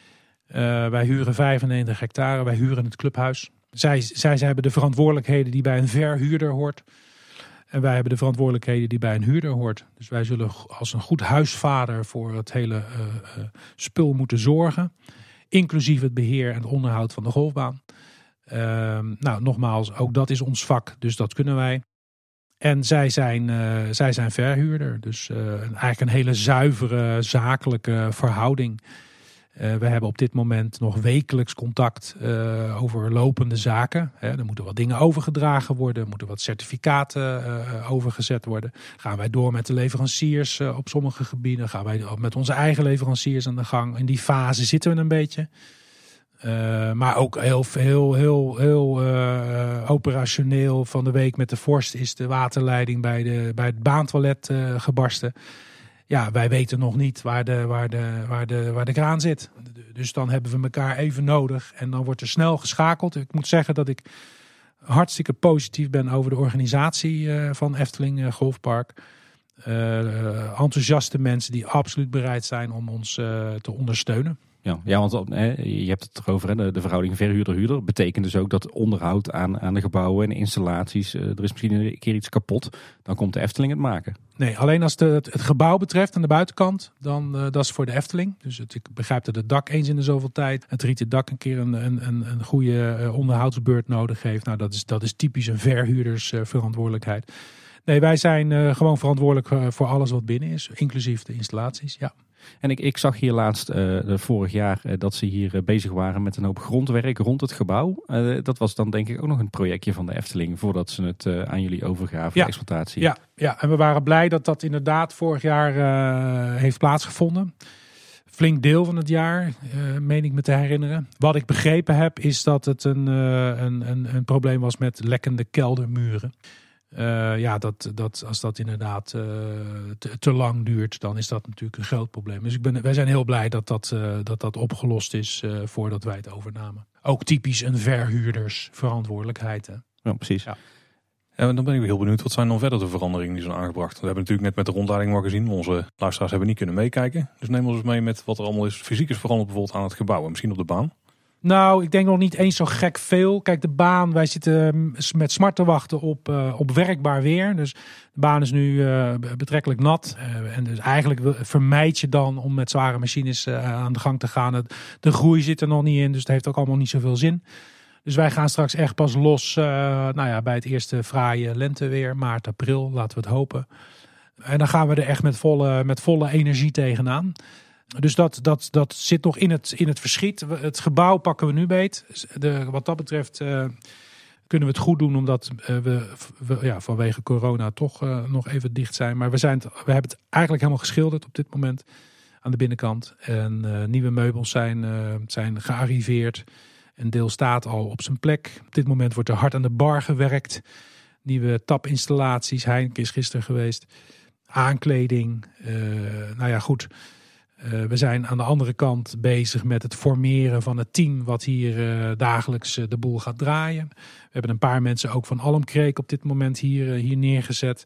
Uh, wij huren vijfennegentig hectare, wij huren het clubhuis. Zij, zij, zij hebben de verantwoordelijkheden die bij een verhuurder hoort. En wij hebben de verantwoordelijkheden die bij een huurder hoort. Dus wij zullen als een goed huisvader voor het hele uh, uh, spul moeten zorgen. Inclusief het beheer en het onderhoud van de golfbaan. Uh, nou, nogmaals, ook dat is ons vak, dus dat kunnen wij. En zij zijn, uh, zij zijn verhuurder. Dus uh, eigenlijk een hele zuivere, zakelijke verhouding. Uh, we hebben op dit moment nog wekelijks contact uh, over lopende zaken. He, er moeten wat dingen overgedragen worden. Er moeten wat certificaten uh, overgezet worden. Gaan wij door met de leveranciers uh, op sommige gebieden. Gaan wij met onze eigen leveranciers aan de gang. In die fase zitten we een beetje. Uh, maar ook heel, heel, heel, heel uh, operationeel. Van de week met de vorst is de waterleiding bij, de, bij het baantoilet uh, gebarsten. Ja, wij weten nog niet waar de, waar, de, waar, de, waar de kraan zit. Dus dan hebben we elkaar even nodig. En dan wordt er snel geschakeld. Ik moet zeggen dat ik hartstikke positief ben over de organisatie uh, van Efteling uh, Golfpark. Uh, enthousiaste mensen die absoluut bereid zijn om ons uh, te ondersteunen. Ja, ja, want hè, je hebt het erover, hè, de, de verhouding verhuurder-huurder. Betekent dus ook dat onderhoud aan, aan de gebouwen en installaties, uh, er is misschien een keer iets kapot. Dan komt de Efteling het maken. Nee, alleen als de, het, het gebouw betreft aan de buitenkant, dan uh, dat is voor de Efteling. Dus het, ik begrijp dat het dak eens in de zoveel tijd, het rieten dak een keer een, een, een, een goede uh, onderhoudsbeurt nodig heeft. Nou, dat is, dat is typisch een verhuurdersverantwoordelijkheid. Uh, nee, wij zijn uh, gewoon verantwoordelijk uh, voor alles wat binnen is, inclusief de installaties, ja. En ik, ik zag hier laatst, uh, vorig jaar, uh, dat ze hier uh, bezig waren met een hoop grondwerk rond het gebouw. Uh, dat was dan denk ik ook nog een projectje van de Efteling, voordat ze het uh, aan jullie overgaven, ja. de exploitatie. Ja, ja, en we waren blij dat dat inderdaad vorig jaar uh, heeft plaatsgevonden. Flink deel van het jaar, uh, meen ik me te herinneren. Wat ik begrepen heb, is dat het een, uh, een, een, een probleem was met lekkende keldermuren. Uh, ja, dat, dat, als dat inderdaad uh, te, te lang duurt, dan is dat natuurlijk een groot probleem. Dus ik ben, wij zijn heel blij dat dat, uh, dat, dat opgelost is uh, voordat wij het overnamen. Ook typisch een verhuurdersverantwoordelijkheid. Hè? Ja, precies. Ja. En dan ben ik weer heel benieuwd, wat zijn dan verder de veranderingen die zijn aangebracht? We hebben natuurlijk net met de rondleiding maar gezien. Onze luisteraars hebben niet kunnen meekijken. Dus neem ons eens mee met wat er allemaal is. Fysiek is veranderd bijvoorbeeld aan het gebouw en misschien op de baan. Nou, ik denk nog niet eens zo gek veel. Kijk, de baan, wij zitten met smart te wachten op, uh, op werkbaar weer. Dus de baan is nu uh, betrekkelijk nat. Uh, en dus eigenlijk vermijd je dan om met zware machines uh, aan de gang te gaan. Het, de groei zit er nog niet in, dus het heeft ook allemaal niet zoveel zin. Dus wij gaan straks echt pas los uh, nou ja, bij het eerste fraaie lenteweer. Maart, april, laten we het hopen. En dan gaan we er echt met volle, met volle energie tegenaan. Dus dat, dat, dat zit nog in het, in het verschiet. Het gebouw pakken we nu beet. De, wat dat betreft uh, kunnen we het goed doen omdat uh, we, we ja, vanwege corona toch uh, nog even dicht zijn. Maar we, zijn het, we hebben het eigenlijk helemaal geschilderd op dit moment aan de binnenkant. En uh, nieuwe meubels zijn, uh, zijn gearriveerd. Een deel staat al op zijn plek. Op dit moment wordt er hard aan de bar gewerkt. Nieuwe tapinstallaties. Heineken is gisteren geweest. Aankleding. Uh, nou ja, goed. Uh, we zijn aan de andere kant bezig met het formeren van het team wat hier uh, dagelijks uh, de boel gaat draaien. We hebben een paar mensen ook van Almkreek op dit moment hier, uh, hier neergezet.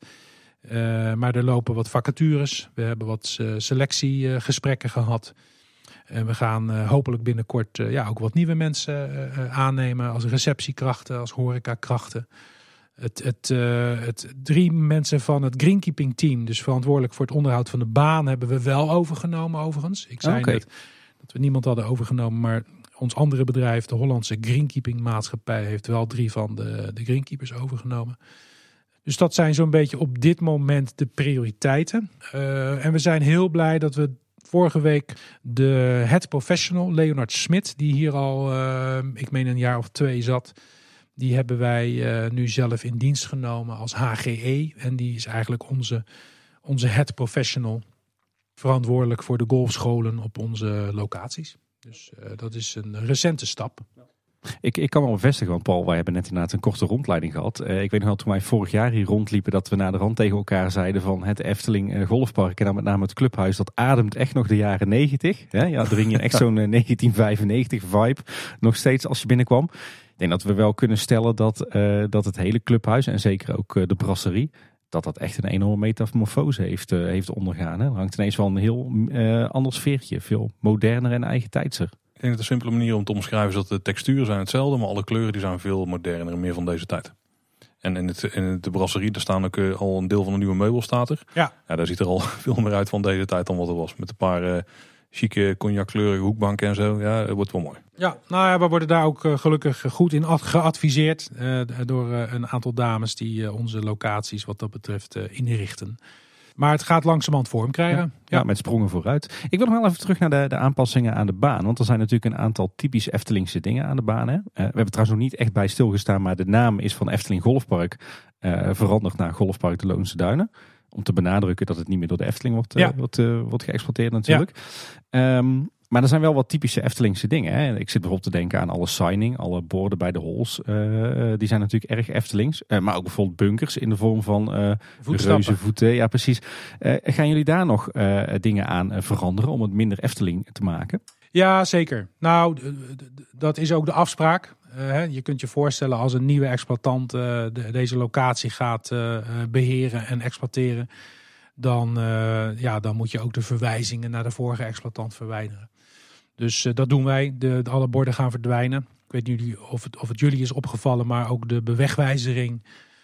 Uh, maar er lopen wat vacatures. We hebben wat uh, selectiegesprekken uh, gehad. En we gaan uh, hopelijk binnenkort uh, ja, ook wat nieuwe mensen uh, aannemen als receptiekrachten, als horecakrachten. Het, het, uh, het drie mensen van het greenkeeping team, dus verantwoordelijk voor het onderhoud van de baan, hebben we wel overgenomen overigens. Ik zei okay. net dat we niemand hadden overgenomen, maar ons andere bedrijf, de Hollandse Greenkeeping Maatschappij, heeft wel drie van de, de greenkeepers overgenomen. Dus dat zijn zo'n beetje op dit moment de prioriteiten. Uh, en we zijn heel blij dat we vorige week de head professional, Leonard Smit, die hier al, uh, ik meen een jaar of twee zat, die hebben wij uh, nu zelf in dienst genomen als H G E. En die is eigenlijk onze, onze head professional, verantwoordelijk voor de golfscholen op onze locaties. Dus uh, dat is een recente stap. Ik, ik kan wel bevestigen, want Paul, wij hebben net inderdaad een korte rondleiding gehad. Uh, ik weet nog wel, toen wij vorig jaar hier rondliepen, dat we naar de rand tegen elkaar zeiden van het Efteling uh, Golfpark en dan met name het clubhuis, dat ademt echt nog de jaren negentig. Hè? Ja, er ging je echt zo'n uh, negentien vijfennegentig vibe nog steeds als je binnenkwam. Ik denk dat we wel kunnen stellen dat, uh, dat het hele clubhuis en zeker ook uh, de brasserie, dat dat echt een enorme metamorfose heeft, uh, heeft ondergaan. Hè? Er hangt ineens wel een heel uh, ander sfeertje, veel moderner en eigen tijdser. Ik denk dat de simpele manier om te omschrijven is dat de texturen zijn hetzelfde, maar alle kleuren die zijn veel moderner en meer van deze tijd. En in, het, in de brasserie, daar staan ook uh, al een deel van de nieuwe meubel staat er. Ja. Ja, daar ziet er al veel meer uit van deze tijd dan wat er was. Met een paar uh, chique cognac-kleurige hoekbanken en zo. Ja, het wordt wel mooi. Ja, nou ja, we worden daar ook uh, gelukkig goed in ad- geadviseerd uh, door uh, een aantal dames die uh, onze locaties wat dat betreft uh, inrichten. Maar het gaat langzamerhand vorm krijgen. Ja, ja. ja, met sprongen vooruit. Ik wil nog wel even terug naar de, de aanpassingen aan de baan. Want er zijn natuurlijk een aantal typisch Eftelingse dingen aan de baan. Hè? Uh, we hebben trouwens nog niet echt bij stilgestaan. Maar de naam is van Efteling Golfpark uh, veranderd naar Golfpark de Loonse Duinen. Om te benadrukken dat het niet meer door de Efteling wordt, uh, ja. wordt, uh, wordt geëxploiteerd natuurlijk. Ja. Um, maar er zijn wel wat typische Eftelingse dingen. Hè? Ik zit bijvoorbeeld te denken aan alle signing, alle borden bij de holes. Uh, die zijn natuurlijk erg Eftelings. Uh, maar ook bijvoorbeeld bunkers in de vorm van uh, reuzenvoeten. Ja, precies. Uh, gaan jullie daar nog uh, dingen aan uh, veranderen om het minder Efteling te maken? Ja, zeker. Nou, d- d- dat is ook de afspraak. Uh, je kunt je voorstellen als een nieuwe exploitant uh, de, deze locatie gaat uh, beheren en exploiteren. Dan, uh, ja, dan moet je ook de verwijzingen naar de vorige exploitant verwijderen. Dus uh, dat doen wij. De, de, alle borden gaan verdwijnen. Ik weet niet of het, of het jullie is opgevallen, maar ook de bewegwijzering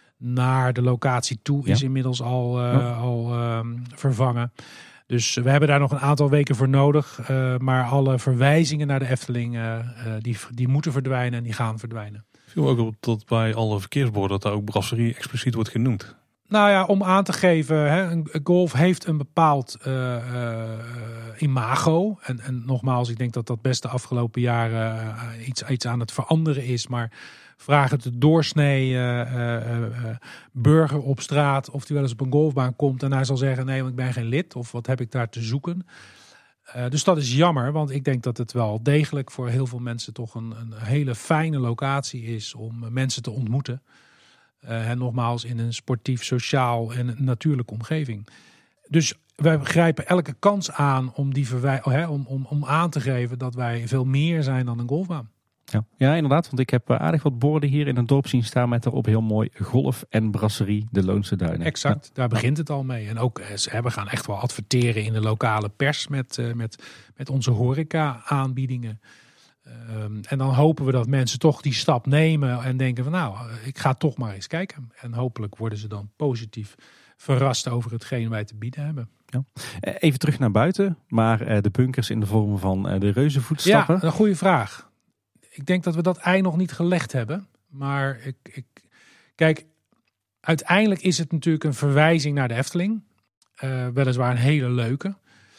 naar de locatie toe is ja. inmiddels al, uh, ja. al uh, vervangen. Dus we hebben daar nog een aantal weken voor nodig. Uh, maar alle verwijzingen naar de Efteling, uh, uh, die, die moeten verdwijnen en die gaan verdwijnen. Ik viel ook op dat bij alle verkeersborden dat daar ook brasserie expliciet wordt genoemd. Nou ja, om aan te geven, hè, een golf heeft een bepaald uh, uh, imago. En, en nogmaals, ik denk dat dat best de afgelopen jaren uh, iets, iets aan het veranderen is. Maar vraag het de doorsnee uh, uh, uh, burger op straat of die wel eens op een golfbaan komt. En hij zal zeggen, nee, want ik ben geen lid. Of wat heb ik daar te zoeken? Uh, dus dat is jammer, want ik denk dat het wel degelijk voor heel veel mensen toch een, een hele fijne locatie is om mensen te ontmoeten. Uh, en nogmaals in een sportief, sociaal en natuurlijke omgeving. Dus wij grijpen elke kans aan om, die verwij- hè, om, om, om aan te geven dat wij veel meer zijn dan een golfbaan. Ja. ja, inderdaad. Want ik heb aardig wat borden hier in het dorp zien staan met erop heel mooi golf en brasserie de Loonse Duinen. Exact, ja. daar begint het al mee. En ook, we gaan echt wel adverteren in de lokale pers met, met, met onze horeca-aanbiedingen. Um, en dan hopen we dat mensen toch die stap nemen en denken van nou, ik ga toch maar eens kijken. En hopelijk worden ze dan positief verrast over hetgeen wij te bieden hebben. Ja. Even terug naar buiten, maar de bunkers in de vorm van de reuzenvoetstappen. Ja, een goede vraag. Ik denk dat we dat ei nog niet gelegd hebben. Maar ik, ik, kijk, uiteindelijk is het natuurlijk een verwijzing naar de Efteling. Uh, weliswaar een hele leuke.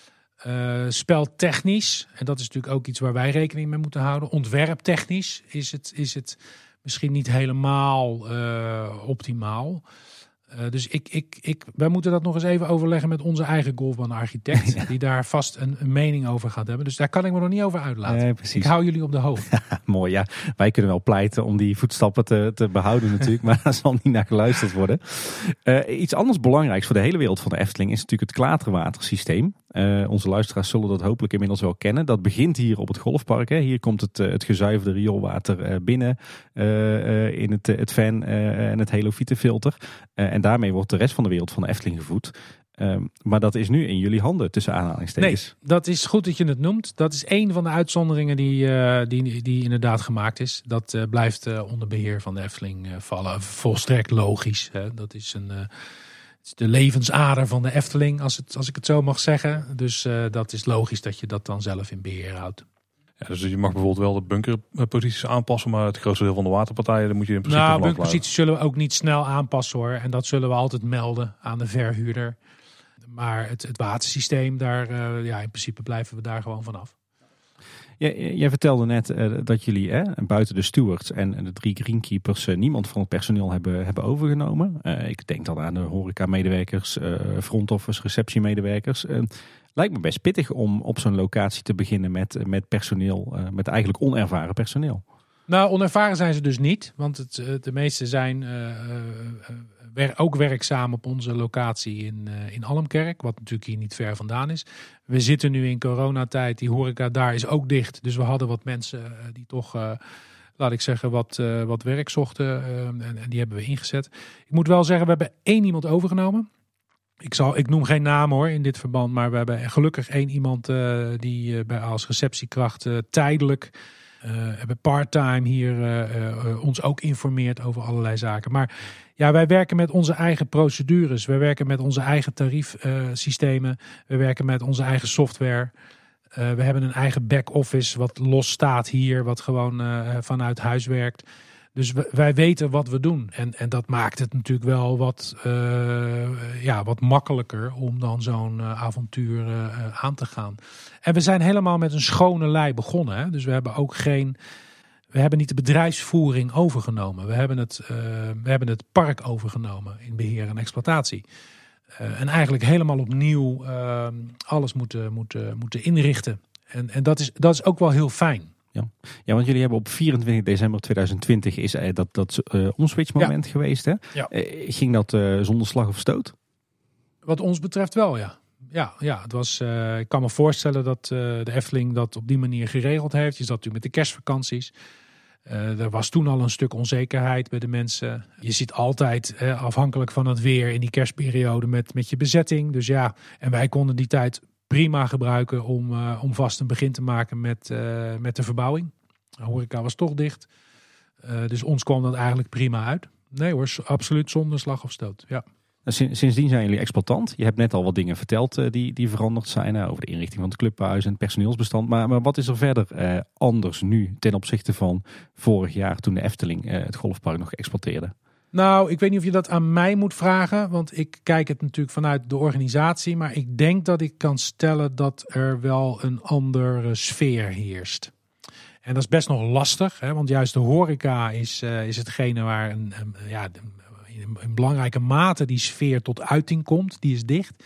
Uh, speltechnisch, en dat is natuurlijk ook iets waar wij rekening mee moeten houden. Ontwerptechnisch is het, is het misschien niet helemaal uh, optimaal. Uh, dus ik, ik, ik, wij moeten dat nog eens even overleggen met onze eigen golfbaan-architect. Ja. Die daar vast een, een mening over gaat hebben. Dus daar kan ik me nog niet over uitlaten. Nee, ik hou jullie op de hoogte. Mooi, ja. Wij kunnen wel pleiten om die voetstappen te, te behouden natuurlijk. Maar daar zal niet naar geluisterd worden. Uh, iets anders belangrijks voor de hele wereld van de Efteling is natuurlijk het klaterwatersysteem. Uh, onze luisteraars zullen dat hopelijk inmiddels wel kennen. Dat begint hier op het golfpark. Hè. Hier komt het, uh, het gezuiverde rioolwater uh, binnen uh, uh, in het, uh, het fan uh, en het helofietenfilter. Uh, en daarmee wordt de rest van de wereld van de Efteling gevoed. Uh, maar dat is nu in jullie handen, tussen aanhalingstekens. Nee, dat is goed dat je het noemt. Dat is één van de uitzonderingen die, uh, die, die inderdaad gemaakt is. Dat uh, blijft uh, onder beheer van de Efteling uh, vallen. Volstrekt logisch. Hè. Dat is een... Uh, de levensader van de Efteling, als, het, als ik het zo mag zeggen. Dus uh, dat is logisch dat je dat dan zelf in beheer houdt. Ja, dus je mag bijvoorbeeld wel de bunkerposities aanpassen, maar het grootste deel van de waterpartijen, dan moet je in principe Nou, bunkerposities zullen we ook niet snel aanpassen hoor. En dat zullen we altijd melden aan de verhuurder. Maar het, het watersysteem, daar, uh, ja, in principe blijven we daar gewoon vanaf. Jij, jij vertelde net uh, dat jullie uh, buiten de stewards en de drie greenkeepers uh, niemand van het personeel hebben, hebben overgenomen. Uh, ik denk dan aan de horeca-medewerkers, uh, front office, receptiemedewerkers. Uh, lijkt me best pittig om op zo'n locatie te beginnen met, met personeel, uh, met eigenlijk onervaren personeel. Nou, onervaren zijn ze dus niet, want het, de meeste zijn uh, uh, wer, ook werkzaam op onze locatie in, uh, in Almkerk, wat natuurlijk hier niet ver vandaan is. We zitten nu in coronatijd, die horeca daar is ook dicht, dus we hadden wat mensen uh, die toch, uh, laat ik zeggen, wat, uh, wat werk zochten uh, en, en die hebben we ingezet. Ik moet wel zeggen, we hebben één iemand overgenomen. Ik, zal, ik noem geen naam hoor in dit verband, maar we hebben gelukkig één iemand uh, die uh, bij, als receptiekracht uh, tijdelijk... Uh, hebben part-time hier uh, uh, ons ook informeert over allerlei zaken. Maar ja, wij werken met onze eigen procedures. Wij werken met onze eigen tariefsystemen. Uh, we werken met onze eigen software. Uh, we hebben een eigen back-office wat los staat hier, wat gewoon uh, vanuit huis werkt. Dus we, wij weten wat we doen. En, en dat maakt het natuurlijk wel wat, uh, ja, wat makkelijker om dan zo'n uh, avontuur uh, aan te gaan. En we zijn helemaal met een schone lei begonnen. Hè? Dus we hebben ook geen... We hebben niet de bedrijfsvoering overgenomen. We hebben het, uh, we hebben het park overgenomen in beheer en exploitatie. Uh, en eigenlijk helemaal opnieuw uh, alles moeten, moeten, moeten inrichten. En, en dat is, dat is ook wel heel fijn. Ja. ja, want jullie hebben op vierentwintig december tweeduizend twintig is uh, dat, dat uh, omswitchmoment ja. geweest. Hè? Ja. Uh, ging dat uh, zonder slag of stoot? Wat ons betreft wel, ja. Ja, ja het was, uh, ik kan me voorstellen dat uh, de Efteling dat op die manier geregeld heeft. Je zat natuurlijk met de kerstvakanties. Uh, er was toen al een stuk onzekerheid bij de mensen. Je zit altijd uh, afhankelijk van het weer in die kerstperiode met, met je bezetting. Dus ja, en wij konden die tijd prima gebruiken om, uh, om vast een begin te maken met, uh, met de verbouwing. De horeca was toch dicht. Uh, dus ons kwam dat eigenlijk prima uit. Nee hoor, absoluut zonder slag of stoot. Ja. Sindsdien zijn jullie exploitant. Je hebt net al wat dingen verteld uh, die, die veranderd zijn. Uh, over de inrichting van het clubhuis en het personeelsbestand. Maar, maar wat is er verder uh, anders nu ten opzichte van vorig jaar toen de Efteling uh, het golfpark nog exploiteerde? Nou, ik weet niet of je dat aan mij moet vragen. Want ik kijk het natuurlijk vanuit de organisatie. Maar ik denk dat ik kan stellen dat er wel een andere sfeer heerst. En dat is best nog lastig. Hè? Want juist de horeca is, uh, is hetgene waar een, een, ja, in een belangrijke mate die sfeer tot uiting komt. Die is dicht.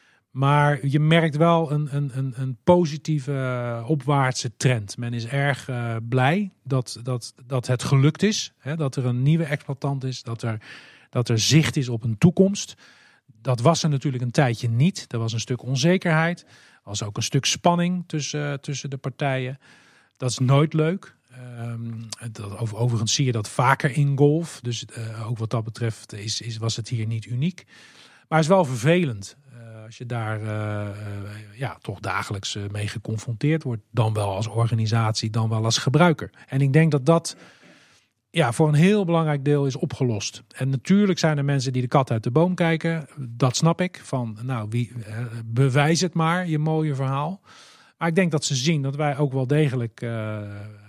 Maar je merkt wel een, een, een, een positieve opwaartse trend. Men is erg uh, blij dat, dat, dat het gelukt is. Hè? Dat er een nieuwe exploitant is. Dat er, dat er zicht is op een toekomst. Dat was er natuurlijk een tijdje niet. Er was een stuk onzekerheid. Er was ook een stuk spanning tussen, uh, tussen de partijen. Dat is nooit leuk. Um, dat, overigens zie je dat vaker in golf. Dus uh, ook wat dat betreft is, is, was het hier niet uniek. Maar het is wel vervelend. Als je daar uh, uh, ja, toch dagelijks uh, mee geconfronteerd wordt. Dan wel als organisatie, dan wel als gebruiker. En ik denk dat dat ja, voor een heel belangrijk deel is opgelost. En natuurlijk zijn er mensen die de kat uit de boom kijken. Dat snap ik. Van, nou, wie, uh, bewijs het maar, je mooie verhaal. Maar ik denk dat ze zien dat wij ook wel degelijk uh,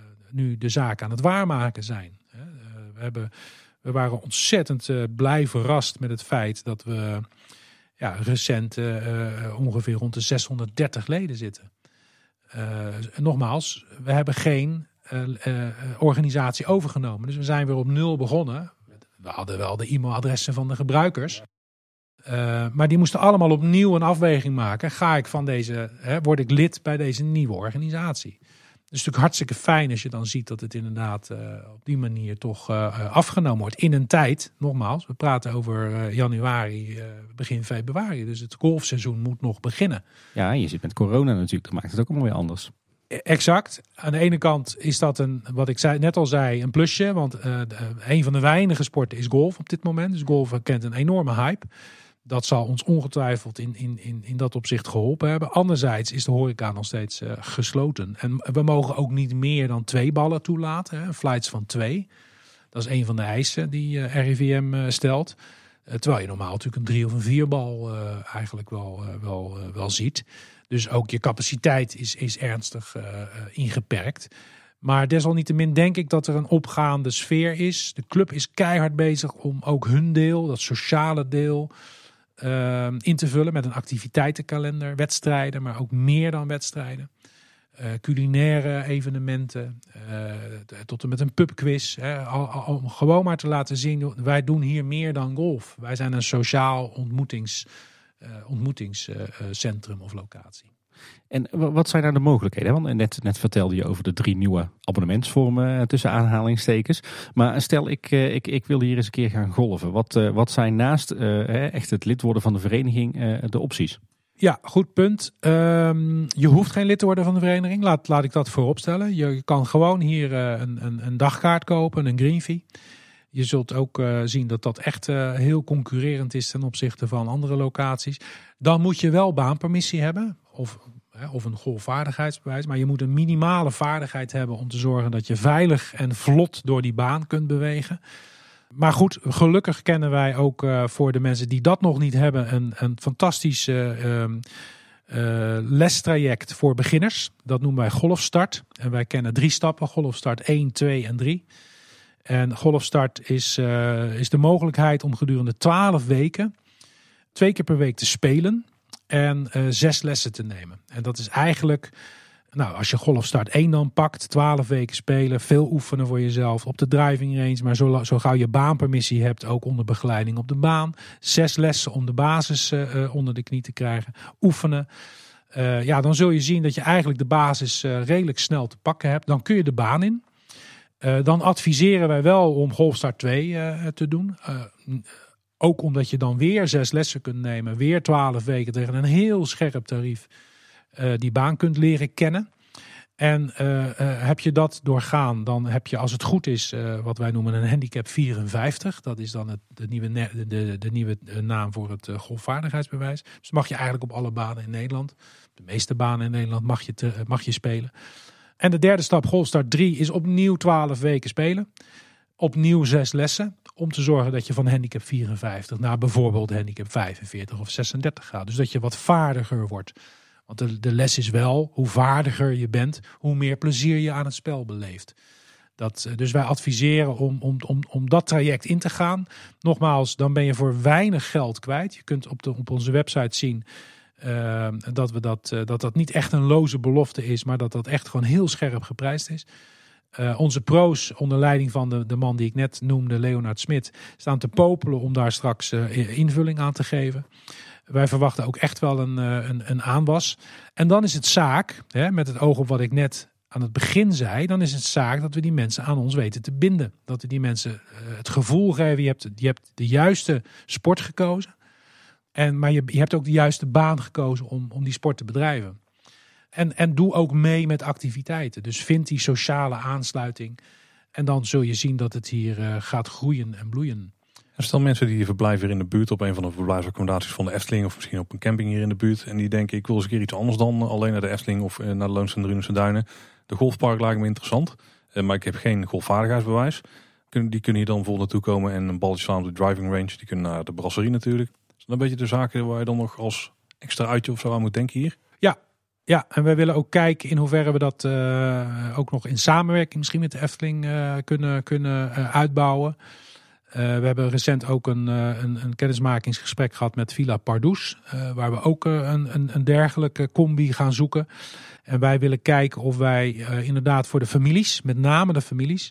nu de zaak aan het waarmaken zijn. Uh, we, hebben, we waren ontzettend uh, blij verrast met het feit dat we... Ja, recent uh, ongeveer rond de zeshonderddertig leden zitten. Uh, nogmaals, we hebben geen uh, uh, organisatie overgenomen. Dus we zijn weer op nul begonnen. We hadden wel de e-mailadressen van de gebruikers. Uh, maar die moesten allemaal opnieuw een afweging maken. Ga ik van deze, hè, word ik lid bij deze nieuwe organisatie? Het is natuurlijk hartstikke fijn als je dan ziet dat het inderdaad uh, op die manier toch uh, afgenomen wordt. In een tijd, nogmaals, we praten over uh, januari, uh, begin februari. Dus het golfseizoen moet nog beginnen. Ja, je zit met corona natuurlijk, dat maakt het ook allemaal weer anders. Exact. Aan de ene kant is dat een, wat ik zei, net al zei, een plusje. Want uh, een van de weinige sporten is golf op dit moment. Dus golf kent een enorme hype. Dat zal ons ongetwijfeld in, in, in, in dat opzicht geholpen hebben. Anderzijds is de horeca nog steeds uh, gesloten. En we mogen ook niet meer dan twee ballen toelaten. Hè, flights van twee. Dat is een van de eisen die uh, R I V M uh, stelt. Uh, terwijl je normaal natuurlijk een drie of een vierbal uh, eigenlijk wel, uh, wel, uh, wel ziet. Dus ook je capaciteit is, is ernstig uh, uh, ingeperkt. Maar desalniettemin denk ik dat er een opgaande sfeer is. De club is keihard bezig om ook hun deel, dat sociale deel, uh, in te vullen met een activiteitenkalender. Wedstrijden, maar ook meer dan wedstrijden. Uh, culinaire evenementen, uh, tot en met een pubquiz. Hè, al, al, om gewoon maar te laten zien, wij doen hier meer dan golf. Wij zijn een sociaal ontmoetings, uh, ontmoetingscentrum uh, of locatie. En wat zijn nou de mogelijkheden? Want net, net vertelde je over de drie nieuwe abonnementsvormen tussen aanhalingstekens. Maar stel, ik, ik, ik wil hier eens een keer gaan golven. Wat, wat zijn naast uh, echt het lid worden van de vereniging uh, de opties? Ja, goed punt. Um, je hoeft geen lid te worden van de vereniging. Laat, laat ik dat vooropstellen. Je kan gewoon hier uh, een, een, een dagkaart kopen, een green fee. Je zult ook uh, zien dat dat echt uh, heel concurrerend is ten opzichte van andere locaties. Dan moet je wel baanpermissie hebben of, hè, of een golfvaardigheidsbewijs. Maar je moet een minimale vaardigheid hebben om te zorgen dat je veilig en vlot door die baan kunt bewegen. Maar goed, gelukkig kennen wij ook uh, voor de mensen die dat nog niet hebben een, een fantastisch uh, uh, uh, lestraject voor beginners. Dat noemen wij Golfstart. En wij kennen drie stappen, Golfstart één, twee en drie. En Golfstart is, uh, is de mogelijkheid om gedurende twaalf weken twee keer per week te spelen en uh, zes lessen te nemen. En dat is eigenlijk, nou, als je Golfstart één dan pakt, twaalf weken spelen, veel oefenen voor jezelf op de driving range, maar zo, zo gauw je baanpermissie hebt, ook onder begeleiding op de baan. Zes lessen om de basis uh, onder de knie te krijgen, oefenen. Uh, ja, dan zul je zien dat je eigenlijk de basis uh, redelijk snel te pakken hebt. Dan kun je de baan in. Uh, dan adviseren wij wel om Golfstart twee uh, te doen. Uh, ook omdat je dan weer zes lessen kunt nemen. Weer twaalf weken tegen een heel scherp tarief uh, die baan kunt leren kennen. En uh, uh, heb je dat doorgaan, dan heb je als het goed is uh, wat wij noemen een handicap vierenvijftig. Dat is dan het, de, nieuwe ne- de, de, de nieuwe naam voor het uh, golfvaardigheidsbewijs. Dus mag je eigenlijk op alle banen in Nederland, de meeste banen in Nederland, mag je, te, mag je spelen. En de derde stap, Golfstart drie, is opnieuw twaalf weken spelen. Opnieuw zes lessen. Om te zorgen dat je van handicap vierenvijftig naar bijvoorbeeld handicap vijfenveertig of zesendertig gaat. Dus dat je wat vaardiger wordt. Want de, de les is wel, hoe vaardiger je bent, hoe meer plezier je aan het spel beleeft. Dat, dus wij adviseren om, om, om, om dat traject in te gaan. Nogmaals, dan ben je voor weinig geld kwijt. Je kunt op, de, op onze website zien Uh, dat, we dat, uh, dat dat niet echt een loze belofte is, maar dat dat echt gewoon heel scherp geprijsd is. Uh, onze pro's onder leiding van de, de man die ik net noemde, Leonard Smit, staan te popelen om daar straks uh, invulling aan te geven. Wij verwachten ook echt wel een, uh, een, een aanwas. En dan is het zaak, hè, met het oog op wat ik net aan het begin zei, dan is het zaak dat we die mensen aan ons weten te binden. Dat we die mensen uh, het gevoel geven, je hebt, je hebt de juiste sport gekozen. En, maar je, je hebt ook de juiste baan gekozen om, om die sport te bedrijven. En, en doe ook mee met activiteiten. Dus vind die sociale aansluiting. En dan zul je zien dat het hier uh, gaat groeien en bloeien. En stel mensen die verblijven hier in de buurt op een van de verblijfsaccommodaties van de Efteling. Of misschien op een camping hier in de buurt. En die denken, ik wil eens een keer iets anders dan alleen naar de Efteling of naar de Loons en Drunense Duinen. De golfpark lijkt me interessant. Uh, maar ik heb geen golfvaardigheidsbewijs. Die kunnen hier dan vol naartoe komen en een balletje slaan op de driving range. Die kunnen naar de brasserie natuurlijk. Een beetje de zaken waar je dan nog als extra uitje of zo aan moet denken hier. Ja, ja, en wij willen ook kijken in hoeverre we dat uh, ook nog in samenwerking misschien met de Efteling uh, kunnen, kunnen uh, uitbouwen. Uh, we hebben recent ook een, uh, een, een kennismakingsgesprek gehad met Villa Pardoes. Uh, waar we ook uh, een, een, een dergelijke combi gaan zoeken. En wij willen kijken of wij uh, inderdaad voor de families, met name de families,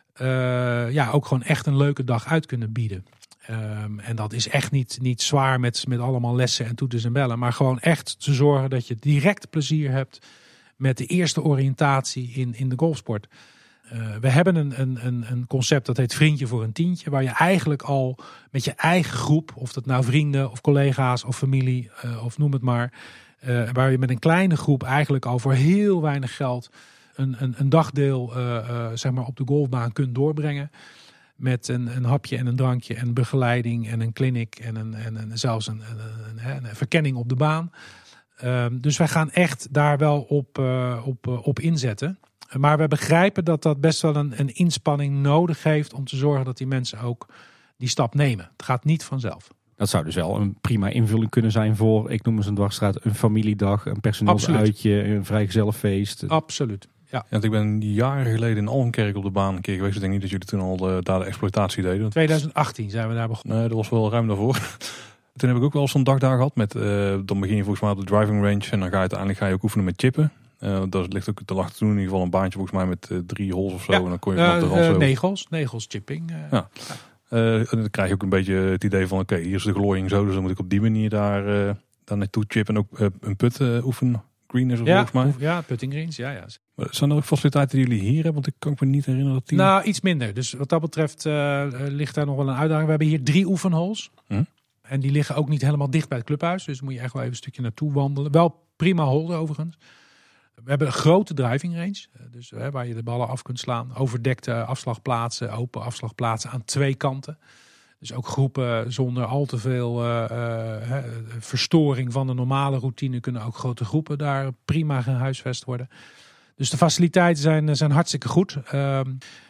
uh, ja, ook gewoon echt een leuke dag uit kunnen bieden. Um, en dat is echt niet, niet zwaar met, met allemaal lessen en toeters en bellen. Maar gewoon echt te zorgen dat je direct plezier hebt met de eerste oriëntatie in, in de golfsport. Uh, we hebben een, een, een concept dat heet Vriendje voor een Tientje. Waar je eigenlijk al met je eigen groep, of dat nou vrienden of collega's of familie uh, of noem het maar. Uh, waar je met een kleine groep eigenlijk al voor heel weinig geld een, een, een dagdeel uh, uh, zeg maar op de golfbaan kunt doorbrengen. Met een, een hapje en een drankje en begeleiding en een clinic en, een, en een, zelfs een, een, een, een verkenning op de baan. Uh, dus wij gaan echt daar wel op, uh, op, uh, op inzetten. Maar we begrijpen dat dat best wel een, een inspanning nodig heeft om te zorgen dat die mensen ook die stap nemen. Het gaat niet vanzelf. Dat zou dus wel een prima invulling kunnen zijn voor, ik noem eens een dwarsstraat, een familiedag, een personeelsuitje, Absoluut. Een vrijgezellenfeest. Absoluut. Ja. Ja, want ik ben jaren geleden in Almkerk op de baan een keer geweest. Ik denk niet dat jullie toen al uh, daar de exploitatie deden. twintig achttien zijn we daar begonnen. Nee, dat was wel ruim daarvoor. Toen heb ik ook wel zo'n dag daar gehad. Met, uh, dan begin je volgens mij op de driving range. En dan ga je uiteindelijk ga je ook oefenen met chippen. Uh, daar ligt ook, er lag toen in ieder geval een baantje volgens mij met uh, drie holes of zo. Ja. En dan kon je Uh, vanaf de rand uh, zo. negels, negels chipping. Uh, Ja. Uh, en dan krijg je ook een beetje het idee van oké, okay, hier is de glooiing zo. Dus dan moet ik op die manier daar, uh, daar naartoe chippen. En ook uh, een put uh, oefenen. Green is er ja, volgens mij. Ja, putting greens. Ja, ja. Maar zijn er ook faciliteiten die jullie hier hebben? Want ik kan me niet herinneren dat die... Nou, iets minder. Dus wat dat betreft uh, ligt daar nog wel een uitdaging. We hebben hier drie oefenholes. Hm? En die liggen ook niet helemaal dicht bij het clubhuis. Dus moet je echt wel even een stukje naartoe wandelen. Wel prima hole overigens. We hebben een grote driving range. Dus hè, waar je de ballen af kunt slaan. Overdekte afslagplaatsen, open afslagplaatsen aan twee kanten. Dus ook groepen zonder al te veel uh, uh, verstoring van de normale routine kunnen ook grote groepen daar prima gehuisvest worden. Dus de faciliteiten zijn, zijn hartstikke goed. Uh,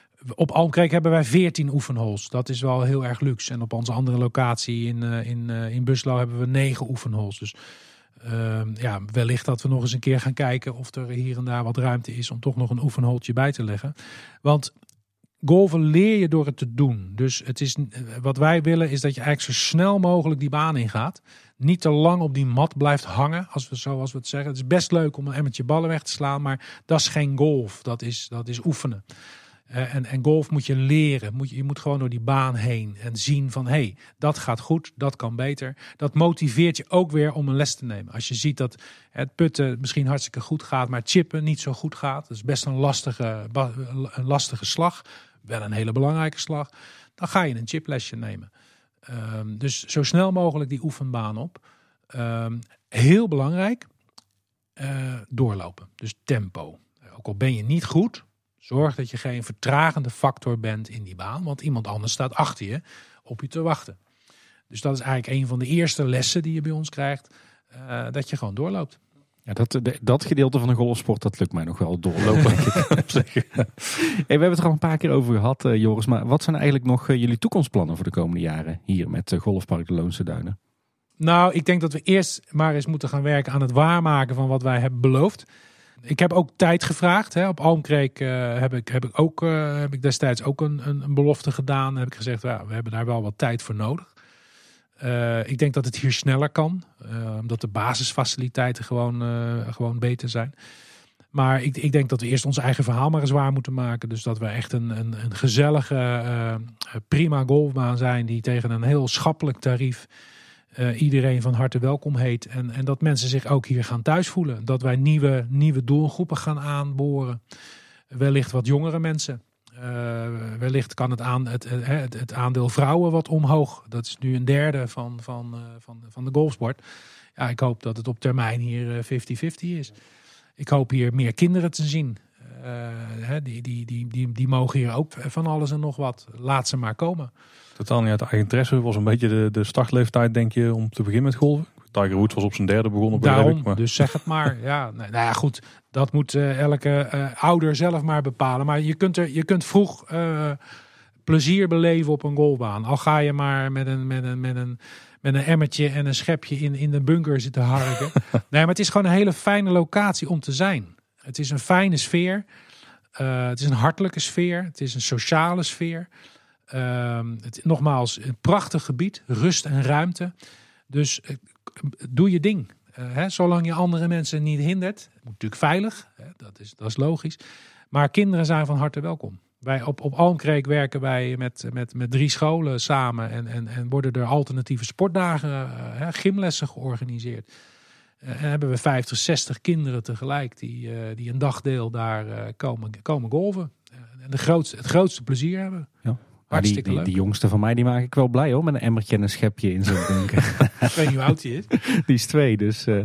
op Almkerk hebben wij veertien oefenholes. Dat is wel heel erg luxe. En op onze andere locatie in, uh, in, uh, in Buslo hebben we negen oefenholes. Dus uh, ja, wellicht dat we nog eens een keer gaan kijken of er hier en daar wat ruimte is om toch nog een oefenholtje bij te leggen. Want golven leer je door het te doen. Dus het is, wat wij willen is dat je eigenlijk zo snel mogelijk die baan ingaat. Niet te lang op die mat blijft hangen, als we, zoals we het zeggen. Het is best leuk om een emmertje ballen weg te slaan, maar dat is geen golf. Dat is, dat is oefenen. Uh, en, en golf moet je leren. Moet je, je moet gewoon door die baan heen en zien van hé, hey, dat gaat goed, dat kan beter. Dat motiveert je ook weer om een les te nemen. Als je ziet dat het putten misschien hartstikke goed gaat, maar chippen niet zo goed gaat. Dat is best een lastige, een lastige slag. Wel een hele belangrijke slag. Dan ga je een chiplesje nemen. Um, dus zo snel mogelijk die oefenbaan op. Um, heel belangrijk. Uh, doorlopen. Dus tempo. Ook al ben je niet goed, zorg dat je geen vertragende factor bent in die baan. Want iemand anders staat achter je op je te wachten. Dus dat is eigenlijk een van de eerste lessen die je bij ons krijgt. Uh, dat je gewoon doorloopt. Ja, dat, dat gedeelte van de golfsport, dat lukt mij nog wel doorlopen. Hey, we hebben het er al een paar keer over gehad, uh, Joris. Maar wat zijn eigenlijk nog uh, jullie toekomstplannen voor de komende jaren hier met uh, Golfpark de Loonse Duinen? Nou, ik denk dat we eerst maar eens moeten gaan werken aan het waarmaken van wat wij hebben beloofd. Ik heb ook tijd gevraagd. Hè. Op Almkerk uh, heb, ik, heb, ik ook, uh, heb ik destijds ook een, een, een belofte gedaan. Heb ik gezegd, ja, we hebben daar wel wat tijd voor nodig. Uh, ik denk dat het hier sneller kan. Uh, omdat de basisfaciliteiten gewoon, uh, gewoon beter zijn. Maar ik, ik denk dat we eerst ons eigen verhaal maar eens waar moeten maken. Dus dat we echt een, een, een gezellige, uh, prima golfbaan zijn. Die tegen een heel schappelijk tarief uh, iedereen van harte welkom heet. En, en dat mensen zich ook hier gaan thuis voelen. Dat wij nieuwe, nieuwe doelgroepen gaan aanboren. Wellicht wat jongere mensen. Uh, wellicht kan het, aan, het, het, het aandeel vrouwen wat omhoog. Dat is nu een derde van, van, uh, van, van de golfsport. Ja, ik hoop dat het op termijn hier vijftig vijftig is. Ik hoop hier meer kinderen te zien. Uh, die, die, die, die, die mogen hier ook van alles en nog wat. Laat ze maar komen. Totaal niet uit eigen interesse. Was een beetje de, de startleeftijd, denk je, om te beginnen met golven. Tiger Woods was op zijn derde begonnen. Daarom, ik, maar... dus zeg het maar. Ja, nou, nou ja, goed. Dat moet uh, elke uh, ouder zelf maar bepalen. Maar je kunt, er, je kunt vroeg uh, plezier beleven op een golfbaan. Al ga je maar met een, met een, met een, met een emmertje en een schepje in, in de bunker zitten harken. Nee, maar het is gewoon een hele fijne locatie om te zijn. Het is een fijne sfeer. Uh, het is een hartelijke sfeer. Het is een sociale sfeer. Uh, het, nogmaals, een prachtig gebied, rust en ruimte. Dus uh, doe je ding. Uh, hè, zolang je andere mensen niet hindert. Moet natuurlijk veilig, hè, dat, is, dat is logisch. Maar kinderen zijn van harte welkom. Wij op, op Almkreek werken wij met, met, met drie scholen samen. En, en, en worden er alternatieve sportdagen, uh, gymlessen georganiseerd. Uh, en hebben we vijftig, zestig kinderen tegelijk die, uh, die een dagdeel daar uh, komen, komen golven. Uh, en de grootste, het grootste plezier hebben. Ja. Die, die, die jongste van mij die maak ik wel blij hoor. Met een emmertje en een schepje in zijn denken. Ik weet niet hoe oud hij is. Die is twee, dus... Uh...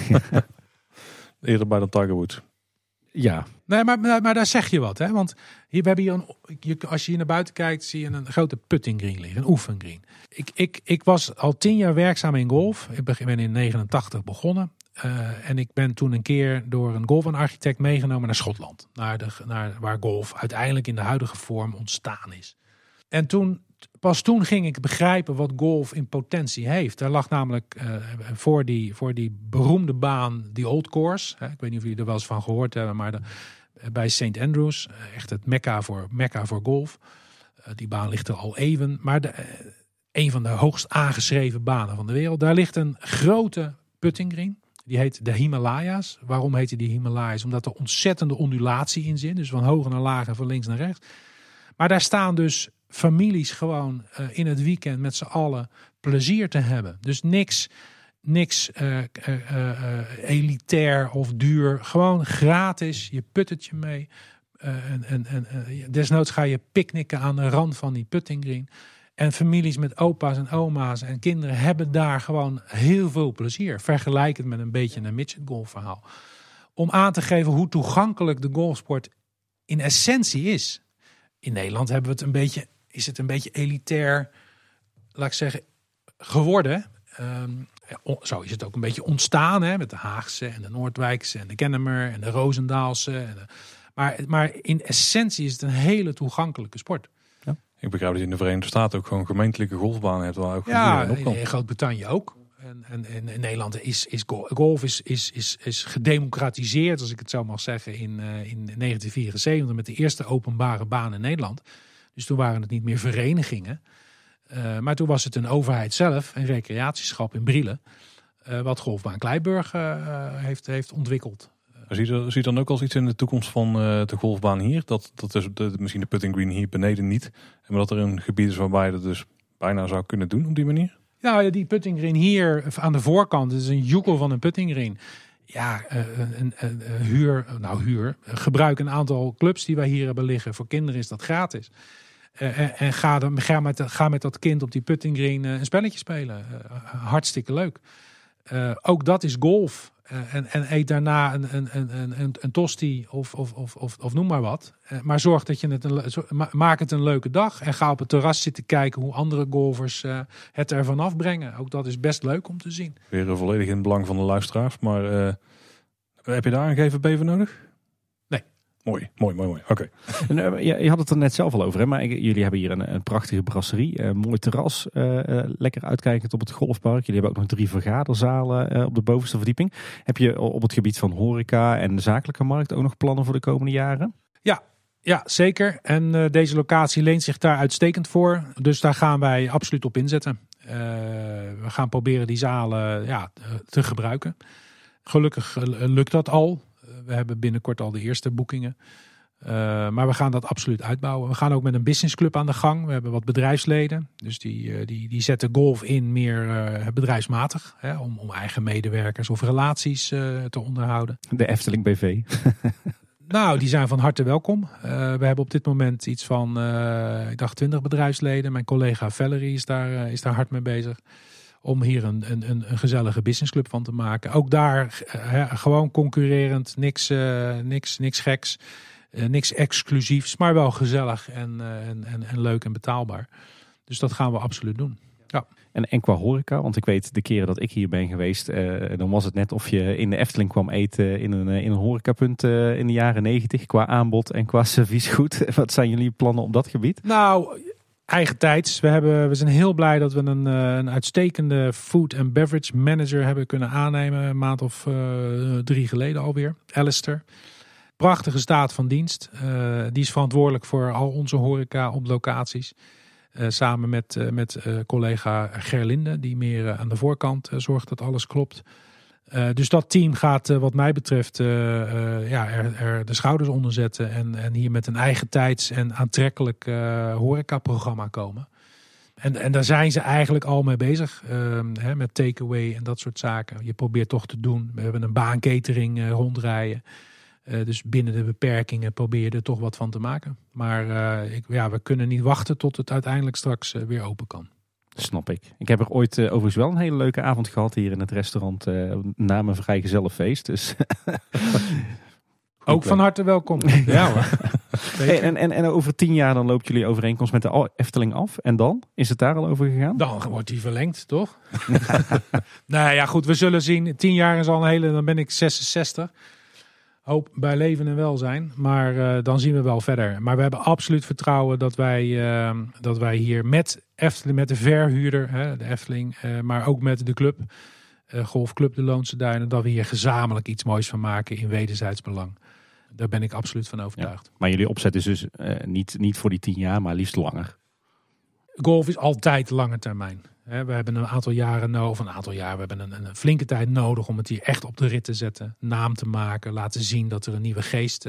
Eerder bij dan Tiger Woods. Ja. Nee, maar, maar, maar daar zeg je wat. Hè? Want hier, we hebben hier een, je, als je hier naar buiten kijkt, zie je een grote putting green liggen. Een oefengreen. Ik, ik, ik was al tien jaar werkzaam in golf. Ik ben in negenentachtig begonnen. Uh, en ik ben toen een keer door een golfarchitect meegenomen naar Schotland. Naar de, naar, waar golf uiteindelijk in de huidige vorm ontstaan is. En toen, pas toen ging ik begrijpen wat golf in potentie heeft. Er lag namelijk uh, voor, die, voor die beroemde baan, die Old Course. Hè, ik weet niet of jullie er wel eens van gehoord hebben, maar de, uh, bij Saint Andrews, uh, echt het mekka voor, mekka voor golf. Uh, die baan ligt er al eeuwen. Maar de, uh, een van de hoogst aangeschreven banen van de wereld. Daar ligt een grote putting green. Die heet de Himalaya's. Waarom heet die Himalaya's? Omdat er ontzettende ondulatie in zit. Dus van hoger naar lager, van links naar rechts. Maar daar staan dus families gewoon uh, in het weekend met z'n allen plezier te hebben. Dus niks, niks uh, uh, uh, elitair of duur. Gewoon gratis. Je put het je mee. Uh, en, en, en, uh, desnoods ga je picknicken aan de rand van die putting green. En families met opa's en oma's en kinderen hebben daar gewoon heel veel plezier. Vergelijk het met een beetje een midget golf verhaal. Om aan te geven hoe toegankelijk de golfsport in essentie is. In Nederland hebben we het een beetje, is het een beetje elitair, laat ik zeggen, geworden. Um, zo is het ook een beetje ontstaan, hè, met de Haagse en de Noordwijkse en de Kennemer en de Roosendaalse. En de, maar, maar in essentie is het een hele toegankelijke sport. Ja. Ik begrijp dat je in de Verenigde Staten ook gewoon gemeentelijke golfbanen hebt waar ook ja, op kan. In Groot-Brittannië ook. En, en, en in Nederland is, is golf is, is, is, is gedemocratiseerd, als ik het zo mag zeggen, in, uh, in negentien vierenzeventig met de eerste openbare baan in Nederland. Dus toen waren het niet meer verenigingen. Uh, maar toen was het een overheid zelf, een recreatieschap in Brielen, uh, wat Golfbaan Kleiburg uh, heeft, heeft ontwikkeld. Zie je, zie je dan ook als iets in de toekomst van uh, de golfbaan hier? Dat, dat is de, misschien de putting green hier beneden niet. Maar dat er een gebied is waarbij je dat dus bijna zou kunnen doen op die manier? Ja, die putting green hier aan de voorkant is een joekel van een putting green. Ja, een, een, een huur, nou huur, gebruik een aantal clubs die wij hier hebben liggen. Voor kinderen is dat gratis. Uh, en en ga, dan, ga, met, ga met dat kind op die putting green uh, een spelletje spelen. Uh, hartstikke leuk. Uh, ook dat is golf. Uh, en, en eet daarna een, een, een, een, een tosti of, of, of, of, of noem maar wat. Uh, maar zorg dat je het een, maak het een leuke dag. En ga op het terras zitten kijken hoe andere golfers uh, het ervan afbrengen. Ook dat is best leuk om te zien. Weer uh, volledig in het belang van de luisteraars. Maar uh, heb je daar een G V B voor nodig? Nee. Mooi, mooi, mooi, mooi. Oké. Okay. Ja, je had het er net zelf al over, hè? Maar jullie hebben hier een, een prachtige brasserie, een mooi terras, uh, uh, lekker uitkijkend op het golfpark. Jullie hebben ook nog drie vergaderzalen uh, op de bovenste verdieping. Heb je op het gebied van horeca en de zakelijke markt ook nog plannen voor de komende jaren? Ja, ja zeker. En uh, deze locatie leent zich daar uitstekend voor. Dus daar gaan wij absoluut op inzetten. Uh, we gaan proberen die zalen ja, te gebruiken. Gelukkig uh, lukt dat al. We hebben binnenkort al de eerste boekingen. Uh, maar we gaan dat absoluut uitbouwen. We gaan ook met een businessclub aan de gang. We hebben wat bedrijfsleden. Dus die, uh, die, die zetten golf in meer uh, bedrijfsmatig. Hè, om, om eigen medewerkers of relaties uh, te onderhouden. De Efteling B V. Nou, die zijn van harte welkom. Uh, we hebben op dit moment iets van, uh, ik dacht twintig bedrijfsleden. Mijn collega Valerie is daar, uh, is daar hard mee bezig. Om hier een, een, een gezellige businessclub van te maken. Ook daar uh, gewoon concurrerend, niks, uh, niks, niks geks, uh, niks exclusiefs, maar wel gezellig en, uh, en, en, en leuk en betaalbaar. Dus dat gaan we absoluut doen. Ja. En, en qua horeca, want ik weet de keren dat ik hier ben geweest, uh, dan was het net of je in de Efteling kwam eten in een, in een horecapunt uh, in de jaren negentig. Qua aanbod en qua serviesgoed. Wat zijn jullie plannen op dat gebied? Nou, eigentijds. We, hebben, we zijn heel blij dat we een, een uitstekende food and beverage manager hebben kunnen aannemen. Een maand of uh, drie geleden alweer. Alistair. Prachtige staat van dienst. Uh, die is verantwoordelijk voor al onze horeca op locaties. Uh, samen met, uh, met uh, collega Gerlinde, die meer uh, aan de voorkant uh, zorgt dat alles klopt. Uh, dus dat team gaat uh, wat mij betreft uh, uh, ja, er, er de schouders onder zetten. En, en hier met een eigen tijds en aantrekkelijk uh, horecaprogramma komen. En, en daar zijn ze eigenlijk al mee bezig. Uh, hè, met takeaway en dat soort zaken. Je probeert toch te doen. We hebben een baankatering uh, rondrijden. Uh, dus binnen de beperkingen probeer je er toch wat van te maken. Maar uh, ik, ja, we kunnen niet wachten tot het uiteindelijk straks uh, weer open kan. Snap ik. Ik heb er ooit uh, overigens wel een hele leuke avond gehad hier in het restaurant. Uh, na mijn vrijgezellenfeest. Dus ook van harte welkom. Ja hoor. Hey, en, en, en over tien jaar dan loopt jullie overeenkomst met de Efteling af. En dan? Is het daar al over gegaan? Dan wordt die verlengd, toch? Nou ja, goed. We zullen zien. Tien jaar is al een hele... Dan ben ik zesenzestig. Hoop bij leven en welzijn. Maar uh, dan zien we wel verder. Maar we hebben absoluut vertrouwen dat wij, uh, dat wij hier met Efteling, met de verhuurder, hè, de Efteling, uh, maar ook met de club, uh, Golfclub de Loonse Duinen, dat we hier gezamenlijk iets moois van maken in wederzijds belang. Daar ben ik absoluut van overtuigd. Ja, maar jullie opzet is dus uh, niet, niet voor die tien jaar, maar liefst langer. Golf is altijd lange termijn. We hebben een aantal jaren nodig, of een aantal jaar, we hebben een, een flinke tijd nodig om het hier echt op de rit te zetten. Naam te maken, laten zien dat er een nieuwe geest uh,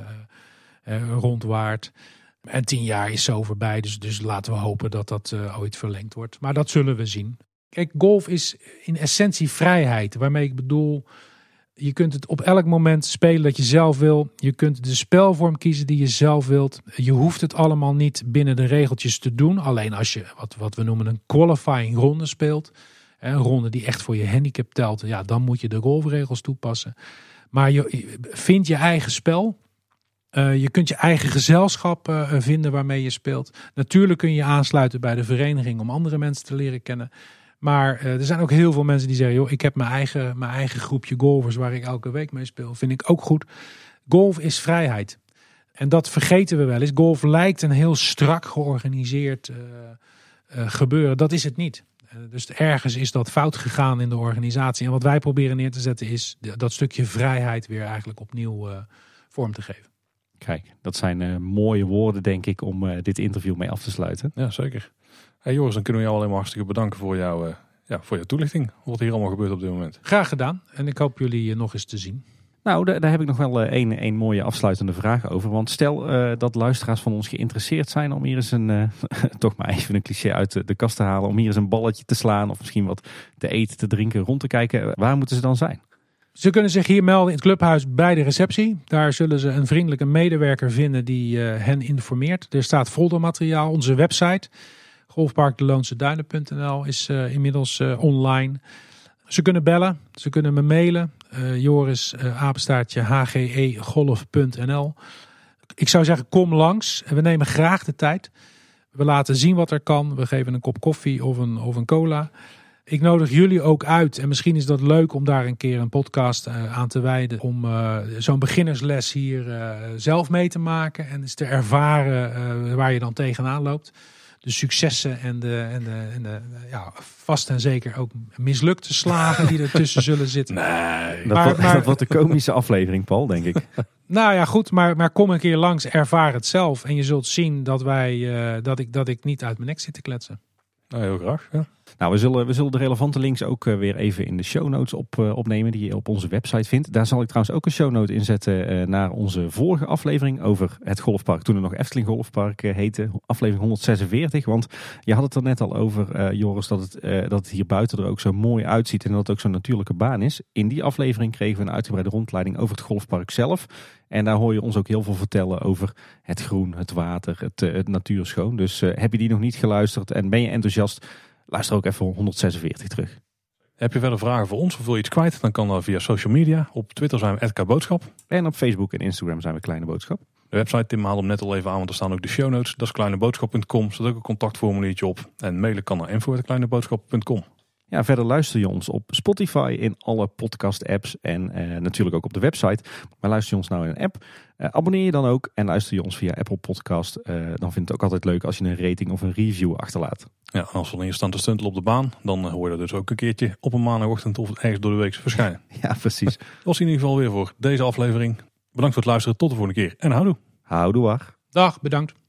uh, rondwaart. En tien jaar is zo voorbij, dus, dus laten we hopen dat dat uh, ooit verlengd wordt. Maar dat zullen we zien. Kijk, golf is in essentie vrijheid, waarmee ik bedoel, je kunt het op elk moment spelen dat je zelf wil. Je kunt de spelvorm kiezen die je zelf wilt. Je hoeft het allemaal niet binnen de regeltjes te doen. Alleen als je wat, wat we noemen een qualifying ronde speelt. Een ronde die echt voor je handicap telt. Ja, dan moet je de golfregels toepassen. Maar je vindt je eigen spel. Uh, je kunt je eigen gezelschap uh, vinden waarmee je speelt. Natuurlijk kun je je aansluiten bij de vereniging om andere mensen te leren kennen. Maar uh, er zijn ook heel veel mensen die zeggen, joh, ik heb mijn eigen, mijn eigen groepje golfers waar ik elke week mee speel. Vind ik ook goed. Golf is vrijheid. En dat vergeten we wel eens. Golf lijkt een heel strak georganiseerd uh, uh, gebeuren. Dat is het niet. Uh, dus ergens is dat fout gegaan in de organisatie. En wat wij proberen neer te zetten is dat stukje vrijheid weer eigenlijk opnieuw uh, vorm te geven. Kijk, dat zijn uh, mooie woorden denk ik om uh, dit interview mee af te sluiten. Ja, zeker. Hey Joris, dan kunnen we jou alleen maar hartstikke bedanken voor, jou, uh, ja, voor jouw toelichting. Wat hier allemaal gebeurt op dit moment. Graag gedaan. En ik hoop jullie uh, nog eens te zien. Nou, daar, daar heb ik nog wel één uh, mooie afsluitende vraag over. Want stel uh, dat luisteraars van ons geïnteresseerd zijn om hier eens een, uh, toch maar even een cliché uit de, de kast te halen. Om hier eens een balletje te slaan of misschien wat te eten, te drinken, rond te kijken. Waar moeten ze dan zijn? Ze kunnen zich hier melden in het clubhuis bij de receptie. Daar zullen ze een vriendelijke medewerker vinden die uh, hen informeert. Er staat foldermateriaal. Onze website golfpark de loonse duinen punt n l is uh, inmiddels uh, online. Ze kunnen bellen, ze kunnen me mailen. Uh, Joris, uh, apenstaartje h g e golf punt n l. Ik zou zeggen, kom langs. We nemen graag de tijd. We laten zien wat er kan. We geven een kop koffie of een, of een cola. Ik nodig jullie ook uit. En misschien is dat leuk om daar een keer een podcast uh, aan te wijden. Om uh, zo'n beginnersles hier uh, zelf mee te maken. En eens te ervaren uh, waar je dan tegenaan loopt. De successen en de, en de, en de ja, vast en zeker ook mislukte slagen die ertussen zullen zitten. Nee, dat, maar, wordt, maar, dat wordt een komische aflevering, Paul, denk ik. Nou ja, goed, maar, maar kom een keer langs, ervaar het zelf. En je zult zien dat, wij, uh, dat, ik, dat ik niet uit mijn nek zit te kletsen. Nou, heel graag. Ja. Nou, we zullen, we zullen de relevante links ook uh, weer even in de show notes op, uh, opnemen die je op onze website vindt. Daar zal ik trouwens ook een show note inzetten uh, naar onze vorige aflevering over het golfpark. Toen er nog Efteling Golfpark uh, heette, aflevering honderdzesenveertig. Want je had het er net al over, uh, Joris, dat het, uh, dat het hier buiten er ook zo mooi uitziet en dat het ook zo'n natuurlijke baan is. In die aflevering kregen we een uitgebreide rondleiding over het golfpark zelf. En daar hoor je ons ook heel veel vertellen over het groen, het water, het, uh, het natuurschoon. Dus uh, heb je die nog niet geluisterd en ben je enthousiast, luister ook even honderdzesenveertig terug. Heb je verder vragen voor ons of wil je iets kwijt? Dan kan dat via social media. Op Twitter zijn we at kboodschap. En op Facebook en Instagram zijn we Kleine Boodschap. De website Tim haalde hem net al even aan, want er staan ook de show notes. Dat is kleineboodschap punt com. Er staat ook een contactformuliertje op. En mailen kan naar info at kleineboodschap punt com. Ja, verder luister je ons op Spotify, in alle podcast apps en uh, natuurlijk ook op de website. Maar luister je ons nou in een app, uh, abonneer je dan ook en luister je ons via Apple Podcast. Uh, dan vind ik het ook altijd leuk als je een rating of een review achterlaat. Ja, als we hier staan te stuntelen op de baan, dan hoor je dat dus ook een keertje op een maandagochtend of ergens door de week verschijnen. Ja, precies. Dat was in ieder geval weer voor deze aflevering. Bedankt voor het luisteren, tot de volgende keer en houdoe. Houdoe. Dag, bedankt.